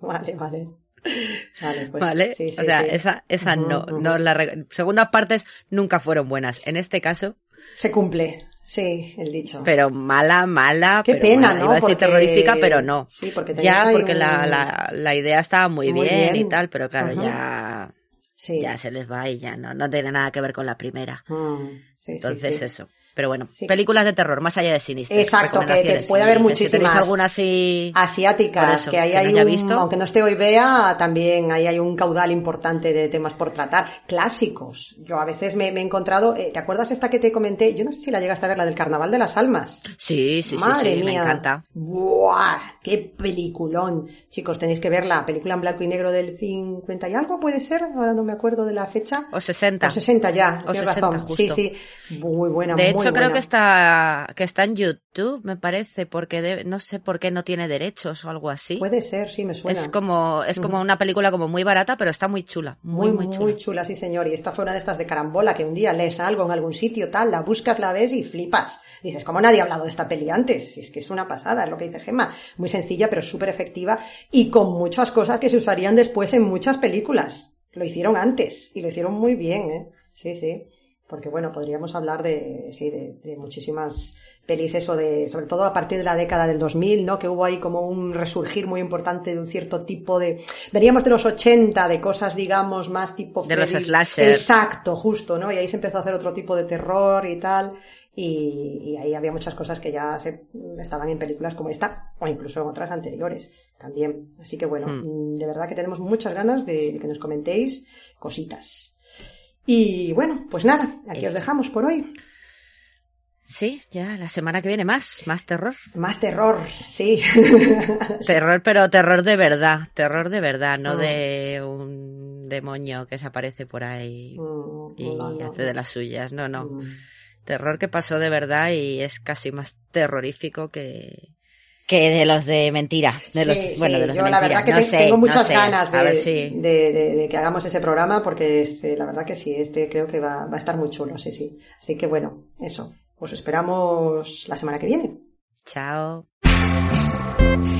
Vale, pues ¿Vale? sí, o sea, sí. esa Ujú, no. ujú. No segundas partes nunca fueron buenas. En este caso, Se cumple, sí, el dicho. pero mala. Qué pero pena, mala. ¿no? Iba a decir Porque- terrorífica, pero no. Sí, porque tenía ya, ahí porque un- la idea estaba muy Muy bien y bien. tal, pero claro, Ujú. Sí. ya se les va y ya no tiene nada que ver con la primera. Sí, Entonces sí. eso. Pero bueno, Sí. películas de terror, más allá de Sinister. Exacto, que recomendaciones, puede haber si muchísimas. tenéis alguna así... Por Asiáticas, eso, que ahí que no hay haya un, visto. aunque no esté hoy Bea, también ahí hay un caudal importante de temas por tratar. Clásicos. Yo a veces me he encontrado, ¿te acuerdas esta que te comenté? Yo no sé si la llegaste a ver, la del Carnaval de las Almas. Sí, Madre me mía. encanta. ¡Buah! ¡Qué peliculón! Chicos, tenéis que verla. Película en blanco y negro del 50 y algo, ¿puede ser? Ahora no me acuerdo de la fecha. O 60. O 60 ya, O tienes 60 razón. justo. Sí. Muy buena, De muy hecho, creo buena. que está en YouTube, me parece, porque no sé por qué no tiene derechos o algo así. Puede ser, sí, me suena. Es como una película como muy barata, pero está muy chula. Muy chula. Muy chula, sí señor. Y esta fue una de estas de carambola, que un día lees algo en algún sitio, tal, la buscas, la ves y flipas. Dices, ¿cómo nadie ha hablado de esta peli antes? Si es que es una pasada, es lo que dice Gemma. Muy sencilla, pero súper efectiva y con muchas cosas que se usarían después en muchas películas. Lo hicieron antes y lo hicieron muy bien, ¿eh? Sí. Porque bueno, podríamos hablar de muchísimas pelis, sobre todo a partir de la década del 2000, ¿no? Que hubo ahí como un resurgir muy importante de un cierto tipo de... Veníamos de los 80, de cosas, digamos, más tipo... De los Freddy. slashers. Exacto, justo, ¿no? Y ahí se empezó a hacer otro tipo de terror y tal, y ahí había muchas cosas que ya estaban en películas como esta, o incluso en otras anteriores también. Así que bueno, de verdad que tenemos muchas ganas de que nos comentéis cositas. Y bueno, pues nada, aquí os dejamos por hoy. Sí, ya la semana que viene más terror. Más terror, sí. Terror, pero terror de verdad, no de demonio que se aparece por ahí y hace de las suyas. No. Terror que pasó de verdad y es casi más terrorífico que de los de mentira. De los de yo mentira. La verdad que tengo muchas ganas si... de que hagamos ese programa porque la verdad que sí, creo que va a estar muy chulo, sí. Así que bueno, eso. Os esperamos la semana que viene. Chao.